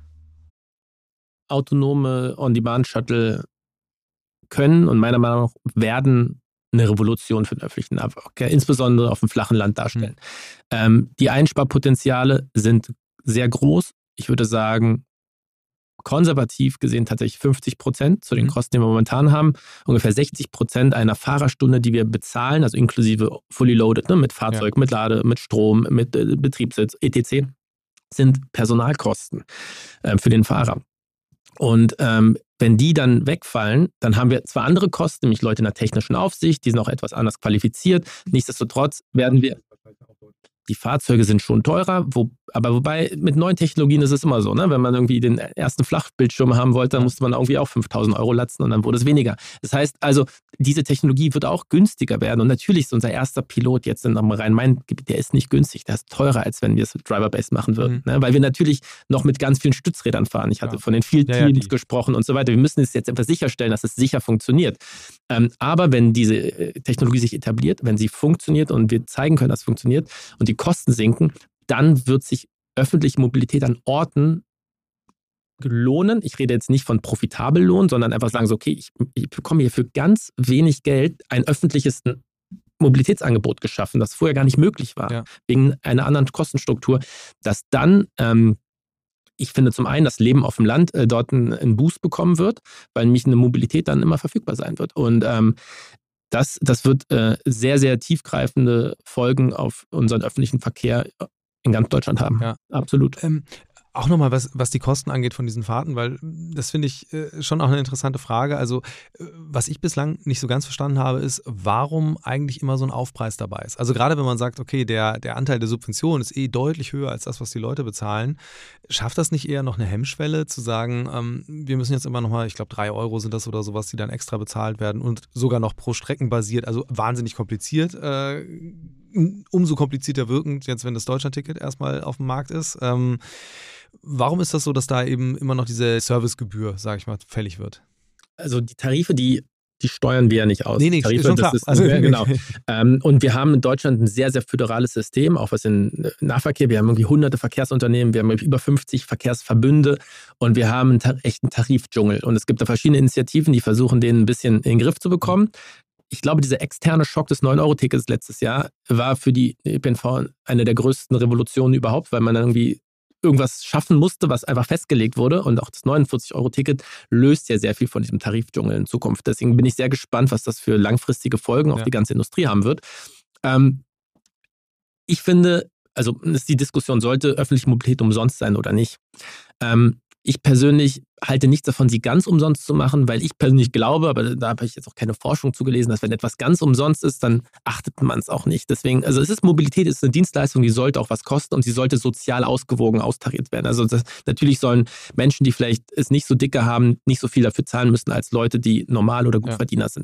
Autonome On-Demand-Shuttle können und meiner Meinung nach werden eine Revolution für den öffentlichen Nahverkehr, insbesondere auf dem flachen Land darstellen. Die Einsparpotenziale sind sehr groß. Ich würde sagen, konservativ gesehen tatsächlich 50% zu den Kosten, die wir momentan haben. Ungefähr 60% einer Fahrerstunde, die wir bezahlen, also inklusive fully loaded, ne, mit Fahrzeug, mit Lade, mit Strom, mit Betriebssitz, etc., sind Personalkosten für den Fahrer. Und wenn die dann wegfallen, dann haben wir zwar andere Kosten, nämlich Leute in der technischen Aufsicht, die sind auch etwas anders qualifiziert. Nichtsdestotrotz werden wir, die Fahrzeuge sind schon teurer, aber wobei mit neuen Technologien ist es immer so, ne? Wenn man irgendwie den ersten Flachbildschirm haben wollte, dann musste man irgendwie auch 5.000 € latzen und dann wurde es weniger. Das heißt also, diese Technologie wird auch günstiger werden und natürlich ist unser erster Pilot jetzt in am Rhein-Main-Gebiet, der ist nicht günstig, der ist teurer, als wenn wir es Driver-Based machen würden, ne? Weil wir natürlich noch mit ganz vielen Stützrädern fahren. Ich hatte von den Field Teams gesprochen und so weiter. Wir müssen es jetzt einfach sicherstellen, dass es sicher funktioniert. Aber wenn diese Technologie sich etabliert, wenn sie funktioniert und wir zeigen können, dass es funktioniert und die Kosten sinken, dann wird sich öffentliche Mobilität an Orten lohnen. Ich rede jetzt nicht von profitabel Lohn, sondern einfach sagen so, okay, ich bekomme hier für ganz wenig Geld ein öffentliches Mobilitätsangebot geschaffen, das vorher gar nicht möglich war, wegen einer anderen Kostenstruktur, dass dann, ich finde zum einen, das Leben auf dem Land dort einen Boost bekommen wird, weil nämlich eine Mobilität dann immer verfügbar sein wird. Und das wird sehr, sehr tiefgreifende Folgen auf unseren öffentlichen Verkehr in ganz Deutschland haben. Ja. Absolut. Auch nochmal, was die Kosten angeht von diesen Fahrten, weil das finde ich schon auch eine interessante Frage. Also was ich bislang nicht so ganz verstanden habe, ist, warum eigentlich immer so ein Aufpreis dabei ist. Also gerade wenn man sagt, okay, der Anteil der Subvention ist deutlich höher als das, was die Leute bezahlen, schafft das nicht eher noch eine Hemmschwelle zu sagen, wir müssen jetzt immer nochmal, ich glaube 3 Euro sind das oder sowas, die dann extra bezahlt werden und sogar noch pro Strecken basiert, also wahnsinnig kompliziert, umso komplizierter wirkend, jetzt wenn das Deutschlandticket erstmal auf dem Markt ist. Warum ist das so, dass da eben immer noch diese Servicegebühr, sage ich mal, fällig wird? Also die Tarife, die steuern wir ja nicht aus. Nee, Tarife, schon klar. Genau. Und wir haben in Deutschland ein sehr, sehr föderales System, auch was in Nahverkehr. Wir haben irgendwie hunderte Verkehrsunternehmen, wir haben über 50 Verkehrsverbünde und wir haben einen echten Tarifdschungel. Und es gibt da verschiedene Initiativen, die versuchen, den ein bisschen in den Griff zu bekommen. Ich glaube, dieser externe Schock des 9-Euro-Tickets letztes Jahr war für die ÖPNV eine der größten Revolutionen überhaupt, weil man dann irgendwie irgendwas schaffen musste, was einfach festgelegt wurde. Und auch das 49-Euro-Ticket löst ja sehr viel von diesem Tarifdschungel in Zukunft. Deswegen bin ich sehr gespannt, was das für langfristige Folgen auf die ganze Industrie haben wird. Ich finde, also ist die Diskussion, sollte öffentliche Mobilität umsonst sein oder nicht? Ich persönlich halte nichts davon, sie ganz umsonst zu machen, weil ich persönlich glaube, aber da habe ich jetzt auch keine Forschung zugelesen, dass wenn etwas ganz umsonst ist, dann achtet man es auch nicht. Deswegen, also Mobilität ist eine Dienstleistung, die sollte auch was kosten und sie sollte sozial ausgewogen austariert werden. Also natürlich sollen Menschen, die vielleicht es nicht so dicke haben, nicht so viel dafür zahlen müssen als Leute, die normal oder Gutverdiener sind.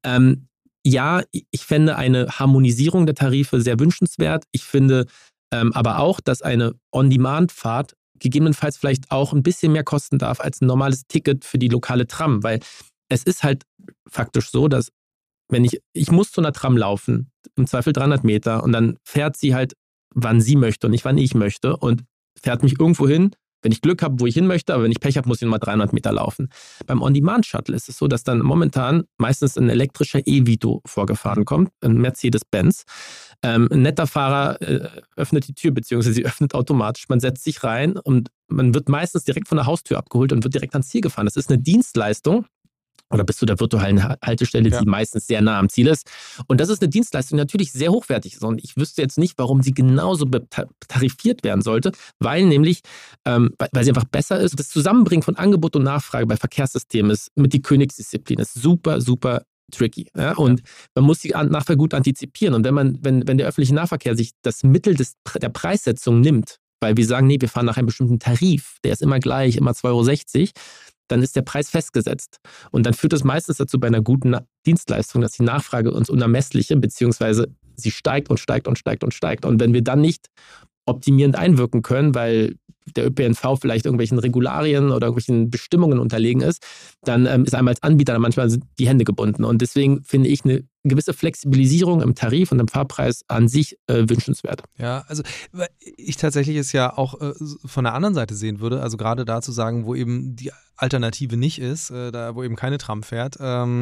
Ja, ich fände eine Harmonisierung der Tarife sehr wünschenswert. Ich finde aber auch, dass eine On-Demand-Fahrt gegebenenfalls vielleicht auch ein bisschen mehr kosten darf als ein normales Ticket für die lokale Tram, weil es ist halt faktisch so, dass wenn ich muss zu einer Tram laufen, im Zweifel 300 Meter und dann fährt sie halt, wann sie möchte und nicht wann ich möchte und fährt mich irgendwo hin, wenn ich Glück habe, wo ich hin möchte, aber wenn ich Pech habe, muss ich nochmal 300 Meter laufen. Beim On-Demand-Shuttle ist es so, dass dann momentan meistens ein elektrischer E-Vito vorgefahren kommt, ein Mercedes-Benz. Ein netter Fahrer öffnet die Tür, beziehungsweise sie öffnet automatisch. Man setzt sich rein und man wird meistens direkt von der Haustür abgeholt und wird direkt ans Ziel gefahren. Das ist eine Dienstleistung. Oder bis zu der virtuellen Haltestelle, die meistens sehr nah am Ziel ist. Und das ist eine Dienstleistung, die natürlich sehr hochwertig ist. Und ich wüsste jetzt nicht, warum sie genauso tarifiert werden sollte, weil nämlich, weil sie einfach besser ist. Das Zusammenbringen von Angebot und Nachfrage bei Verkehrssystemen ist mit die Königsdisziplin. Ist super, super tricky. Ja? Und man muss die Nachfrage gut antizipieren. Und wenn der öffentliche Nahverkehr sich das Mittel der Preissetzung nimmt, weil wir sagen, nee, wir fahren nach einem bestimmten Tarif, der ist immer gleich, immer 2,60 €, dann ist der Preis festgesetzt. Und dann führt es meistens dazu bei einer guten Dienstleistung, dass die Nachfrage uns unermessliche, beziehungsweise sie steigt und steigt und steigt und steigt. Und wenn wir dann nicht optimierend einwirken können, weil der ÖPNV vielleicht irgendwelchen Regularien oder irgendwelchen Bestimmungen unterlegen ist, dann ist einem als Anbieter manchmal die Hände gebunden. Und deswegen finde ich eine gewisse Flexibilisierung im Tarif und im Fahrpreis an sich wünschenswert. Ja, also ich tatsächlich es ja auch von der anderen Seite sehen würde, also gerade da zu sagen, wo eben die Alternative nicht ist, da wo eben keine Tram fährt,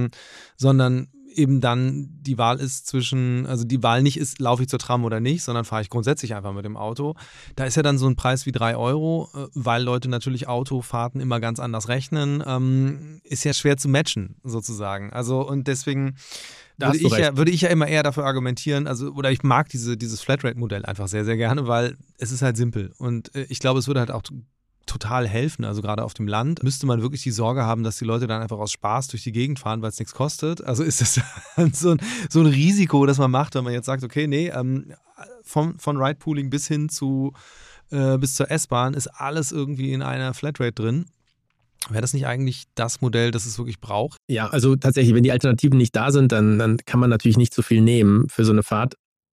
sondern eben dann die Wahl ist also die Wahl nicht ist, laufe ich zur Tram oder nicht, sondern fahre ich grundsätzlich einfach mit dem Auto. Da ist ja dann so ein Preis wie 3 €, weil Leute natürlich Autofahrten immer ganz anders rechnen, ist ja schwer zu matchen sozusagen. Also und deswegen würde ich ja immer eher dafür argumentieren, oder ich mag dieses Flatrate-Modell einfach sehr, sehr gerne, weil es ist halt simpel und ich glaube, es würde halt auch total helfen, also gerade auf dem Land, müsste man wirklich die Sorge haben, dass die Leute dann einfach aus Spaß durch die Gegend fahren, weil es nichts kostet. Also ist das so ein Risiko, das man macht, wenn man jetzt sagt, okay, nee, von Ride-Pooling bis zur S-Bahn ist alles irgendwie in einer Flatrate drin. Wäre das nicht eigentlich das Modell, das es wirklich braucht? Ja, also tatsächlich, wenn die Alternativen nicht da sind, dann kann man natürlich nicht so viel nehmen für so eine Fahrt.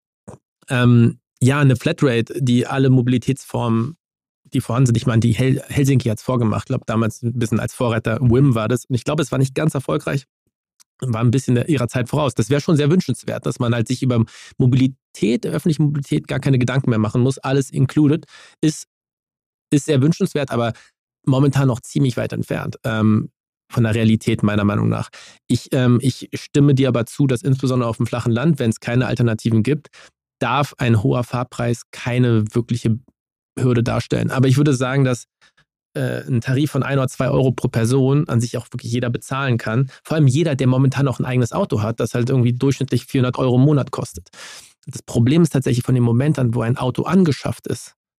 Eine Flatrate, die alle Mobilitätsformen, die vorhanden sind. Ich meine, die Helsinki hat es vorgemacht. Ich glaube, damals ein bisschen als Vorreiter WIM war das. Und ich glaube, es war nicht ganz erfolgreich. War ein bisschen ihrer Zeit voraus. Das wäre schon sehr wünschenswert, dass man halt sich über Mobilität, öffentliche Mobilität gar keine Gedanken mehr machen muss. Alles included. Ist sehr wünschenswert, aber momentan noch ziemlich weit entfernt von der Realität meiner Meinung nach. Ich stimme dir aber zu, dass insbesondere auf dem flachen Land, wenn es keine Alternativen gibt, darf ein hoher Fahrpreis keine wirkliche Hürde darstellen. Aber ich würde sagen, dass ein Tarif von 1 oder 2 € pro Person an sich auch wirklich jeder bezahlen kann. Vor allem jeder, der momentan noch ein eigenes Auto hat, das halt irgendwie durchschnittlich 400 € im Monat kostet. Das Problem ist tatsächlich von dem Moment an, wo ein Auto angeschafft ist,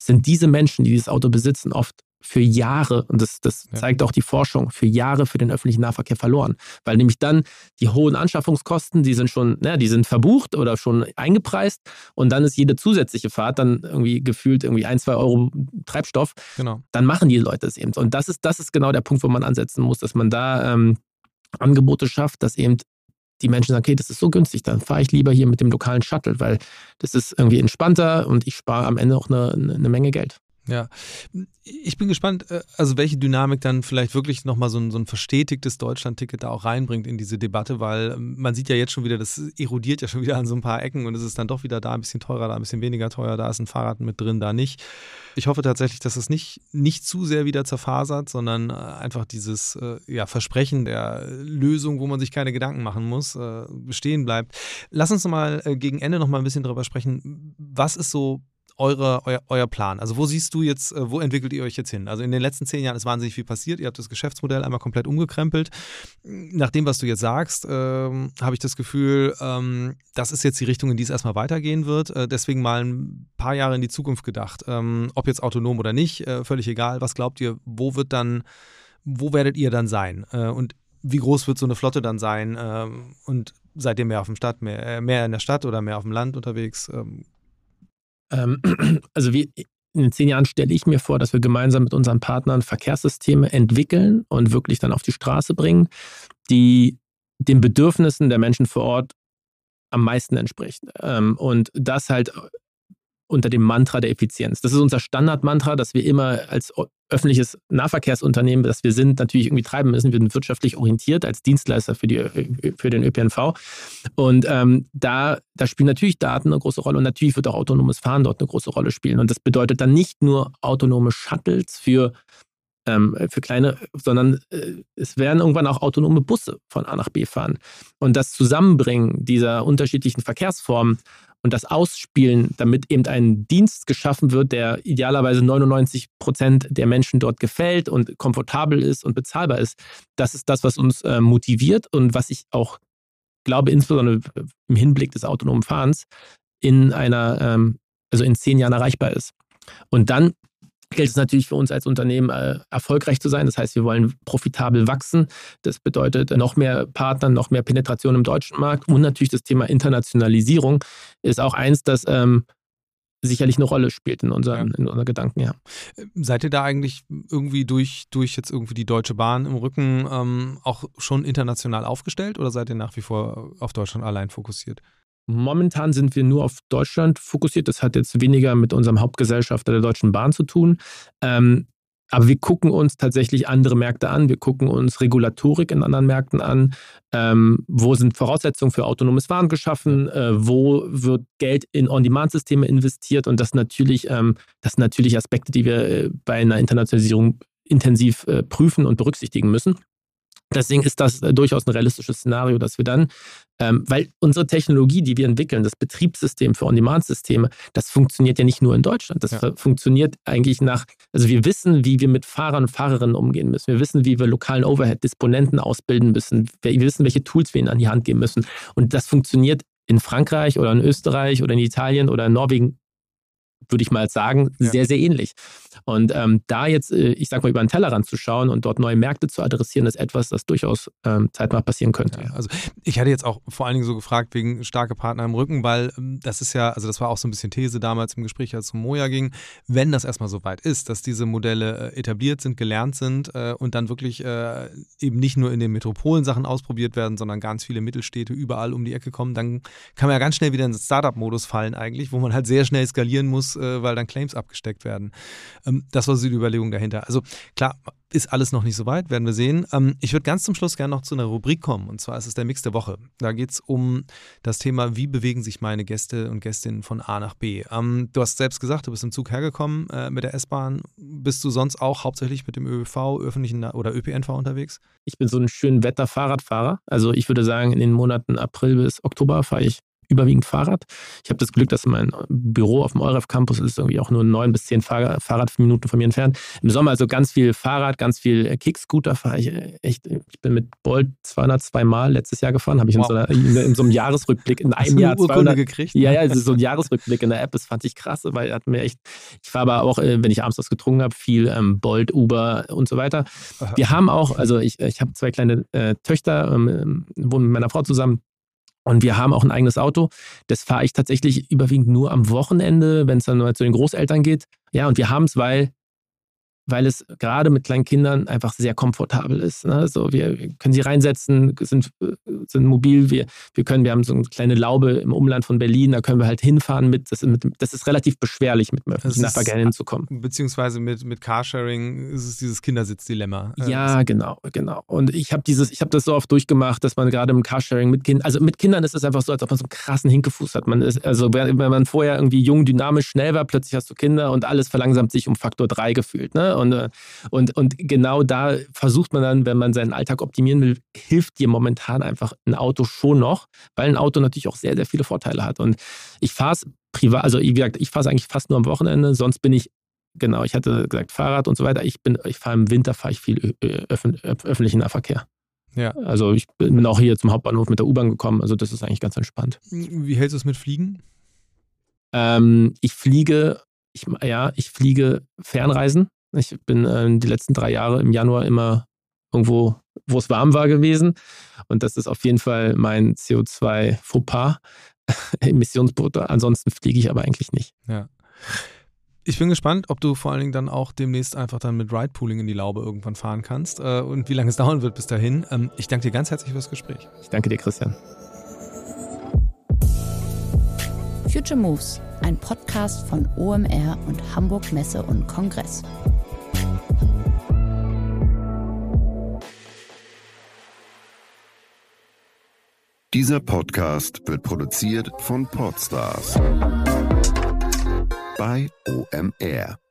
sind diese Menschen, die dieses Auto besitzen, oft für Jahre, und das zeigt auch die Forschung, für Jahre für den öffentlichen Nahverkehr verloren. Weil nämlich dann die hohen Anschaffungskosten, die sind verbucht oder schon eingepreist, und dann ist jede zusätzliche Fahrt dann irgendwie gefühlt 1-2 Euro Treibstoff. Genau. Dann machen die Leute es eben. Und das ist genau der Punkt, wo man ansetzen muss, dass man da Angebote schafft, dass eben die Menschen sagen, okay, das ist so günstig, dann fahre ich lieber hier mit dem lokalen Shuttle, weil das ist irgendwie entspannter und ich spare am Ende auch eine Menge Geld. Ja, ich bin gespannt, also welche Dynamik dann vielleicht wirklich nochmal so ein verstetigtes Deutschland-Ticket da auch reinbringt in diese Debatte, weil man sieht ja jetzt schon wieder, das erodiert ja schon wieder an so ein paar Ecken und es ist dann doch wieder da ein bisschen teurer, da ein bisschen weniger teuer, da ist ein Fahrrad mit drin, da nicht. Ich hoffe tatsächlich, dass es nicht zu sehr wieder zerfasert, sondern einfach dieses Versprechen der Lösung, wo man sich keine Gedanken machen muss, bestehen bleibt. Lass uns mal gegen Ende nochmal ein bisschen drüber sprechen. Was ist so euer Plan? Also wo siehst du jetzt, wo entwickelt ihr euch jetzt hin? Also in den letzten 10 Jahren ist wahnsinnig viel passiert. Ihr habt das Geschäftsmodell einmal komplett umgekrempelt. Nach dem, was du jetzt sagst, habe ich das Gefühl, das ist jetzt die Richtung, in die es erstmal weitergehen wird. Deswegen mal ein paar Jahre in die Zukunft gedacht. Ob jetzt autonom oder nicht, völlig egal. Was glaubt ihr, wo werdet ihr dann sein? Und wie groß wird so eine Flotte dann sein? Und seid ihr mehr mehr in der Stadt oder mehr auf dem Land unterwegs? Also in den 10 Jahren stelle ich mir vor, dass wir gemeinsam mit unseren Partnern Verkehrssysteme entwickeln und wirklich dann auf die Straße bringen, die den Bedürfnissen der Menschen vor Ort am meisten entspricht. Und das halt unter dem Mantra der Effizienz. Das ist unser Standardmantra, dass wir immer als öffentliches Nahverkehrsunternehmen, das wir sind, natürlich irgendwie treiben müssen. Wir sind wirtschaftlich orientiert als Dienstleister für den ÖPNV. Und da spielen natürlich Daten eine große Rolle und natürlich wird auch autonomes Fahren dort eine große Rolle spielen. Und das bedeutet dann nicht nur autonome Shuttles für kleine, sondern es werden irgendwann auch autonome Busse von A nach B fahren. Und das Zusammenbringen dieser unterschiedlichen Verkehrsformen und das Ausspielen, damit eben ein Dienst geschaffen wird, der idealerweise 99% der Menschen dort gefällt und komfortabel ist und bezahlbar ist, das ist das, was uns motiviert und was ich auch glaube, insbesondere im Hinblick des autonomen Fahrens in 10 Jahren erreichbar ist. Und dann gilt es natürlich für uns als Unternehmen erfolgreich zu sein. Das heißt, wir wollen profitabel wachsen. Das bedeutet noch mehr Partner, noch mehr Penetration im deutschen Markt und natürlich das Thema Internationalisierung ist auch eins, das sicherlich eine Rolle spielt in unseren Gedanken. Ja. Seid ihr da eigentlich irgendwie durch jetzt irgendwie die Deutsche Bahn im Rücken auch schon international aufgestellt oder seid ihr nach wie vor auf Deutschland allein fokussiert? Momentan sind wir nur auf Deutschland fokussiert. Das hat jetzt weniger mit unserem Hauptgesellschafter der Deutschen Bahn zu tun. Aber wir gucken uns tatsächlich andere Märkte an. Wir gucken uns Regulatorik in anderen Märkten an. Wo sind Voraussetzungen für autonomes Fahren geschaffen? Wo wird Geld in On-Demand-Systeme investiert? Und das natürlich Aspekte, die wir bei einer Internationalisierung intensiv prüfen und berücksichtigen müssen. Deswegen ist das durchaus ein realistisches Szenario, dass wir dann, weil unsere Technologie, die wir entwickeln, das Betriebssystem für On-Demand-Systeme, das funktioniert ja nicht nur in Deutschland. Das funktioniert eigentlich also wir wissen, wie wir mit Fahrern und Fahrerinnen umgehen müssen. Wir wissen, wie wir lokalen Overhead-Disponenten ausbilden müssen. Wir wissen, welche Tools wir ihnen an die Hand geben müssen. Und das funktioniert in Frankreich oder in Österreich oder in Italien oder in Norwegen, würde ich mal sagen, sehr, sehr ähnlich. Und da jetzt, ich sag mal, über den Tellerrand zu schauen und dort neue Märkte zu adressieren, ist etwas, das durchaus zeitnah passieren könnte. Ja, also ich hatte jetzt auch vor allen Dingen so gefragt wegen starke Partner im Rücken, weil das ist ja, also das war auch so ein bisschen These damals im Gespräch, als es um Moja ging, wenn das erstmal so weit ist, dass diese Modelle etabliert sind, gelernt sind und dann wirklich eben nicht nur in den Metropolen Sachen ausprobiert werden, sondern ganz viele Mittelstädte überall um die Ecke kommen, dann kann man ja ganz schnell wieder in den Startup-Modus fallen eigentlich, wo man halt sehr schnell skalieren muss, weil dann Claims abgesteckt werden. Das war so die Überlegung dahinter. Also klar, ist alles noch nicht so weit, werden wir sehen. Ich würde ganz zum Schluss gerne noch zu einer Rubrik kommen, und zwar ist es der Mix der Woche. Da geht es um das Thema, wie bewegen sich meine Gäste und Gästinnen von A nach B. Du hast selbst gesagt, du bist im Zug hergekommen mit der S-Bahn. Bist du sonst auch hauptsächlich mit dem ÖV, öffentlichen oder ÖPNV unterwegs? Ich bin so ein schön Wetter-Fahrradfahrer. Also ich würde sagen, in den Monaten April bis Oktober fahre ich überwiegend Fahrrad. Ich habe das Glück, dass mein Büro auf dem EUREF Campus ist irgendwie auch nur 9 bis 10 Fahrradminuten von mir entfernt. Im Sommer also ganz viel Fahrrad, ganz viel Kickscooter fahre ich echt. Ich bin mit Bolt 202 Mal letztes Jahr gefahren, habe ich in so einem Jahresrückblick in einem Jahr 200 gekriegt. Ja, so ein Jahresrückblick in der App, das fand ich krass, weil hat mir echt, ich fahre aber auch, wenn ich abends was getrunken habe, viel Bolt, Uber und so weiter. Wir haben auch, also ich habe 2 kleine Töchter, wohnen mit meiner Frau zusammen. Und wir haben auch ein eigenes Auto. Das fahre ich tatsächlich überwiegend nur am Wochenende, wenn es dann mal zu den Großeltern geht. Ja, und wir haben es, weil es gerade mit kleinen Kindern einfach sehr komfortabel ist. Ne? So, wir können sie reinsetzen, sind mobil. Wir haben so eine kleine Laube im Umland von Berlin, da können wir halt hinfahren mit. Das ist relativ beschwerlich, mit dem öffentlichen Nahverkehr hinzukommen. Beziehungsweise mit Carsharing ist es dieses Kindersitzdilemma. Ja, genau. Und ich habe das so oft durchgemacht, dass man gerade im Carsharing mit Kindern ist es einfach so, als ob man so einen krassen Hinkefuß hat. Wenn man vorher irgendwie jung, dynamisch, schnell war, plötzlich hast du Kinder und alles verlangsamt sich um Faktor 3 gefühlt. Ne? Und genau da versucht man dann, wenn man seinen Alltag optimieren will, hilft dir momentan einfach ein Auto schon noch, weil ein Auto natürlich auch sehr, sehr viele Vorteile hat. Und ich fahre es privat, also wie gesagt, ich fahre es eigentlich fast nur am Wochenende, sonst bin ich, genau, ich hatte gesagt Fahrrad und so weiter, ich fahre im Winter viel öffentlichen Nahverkehr. Ja. Also ich bin auch hier zum Hauptbahnhof mit der U-Bahn gekommen, also das ist eigentlich ganz entspannt. Wie hältst du es mit Fliegen? Ich fliege Fernreisen. Ich bin die letzten 3 Jahre im Januar immer irgendwo, wo es warm war gewesen. Und das ist auf jeden Fall mein CO2-Fauxpas, Emissionsbrutto. Ansonsten fliege ich aber eigentlich nicht. Ja. Ich bin gespannt, ob du vor allen Dingen dann auch demnächst einfach dann mit Ride-Pooling in die Laube irgendwann fahren kannst und wie lange es dauern wird bis dahin. Ich danke dir ganz herzlich fürs Gespräch. Ich danke dir, Christian. Future Moves, ein Podcast von OMR und Hamburg Messe und Kongress. Dieser Podcast wird produziert von Podstars bei OMR.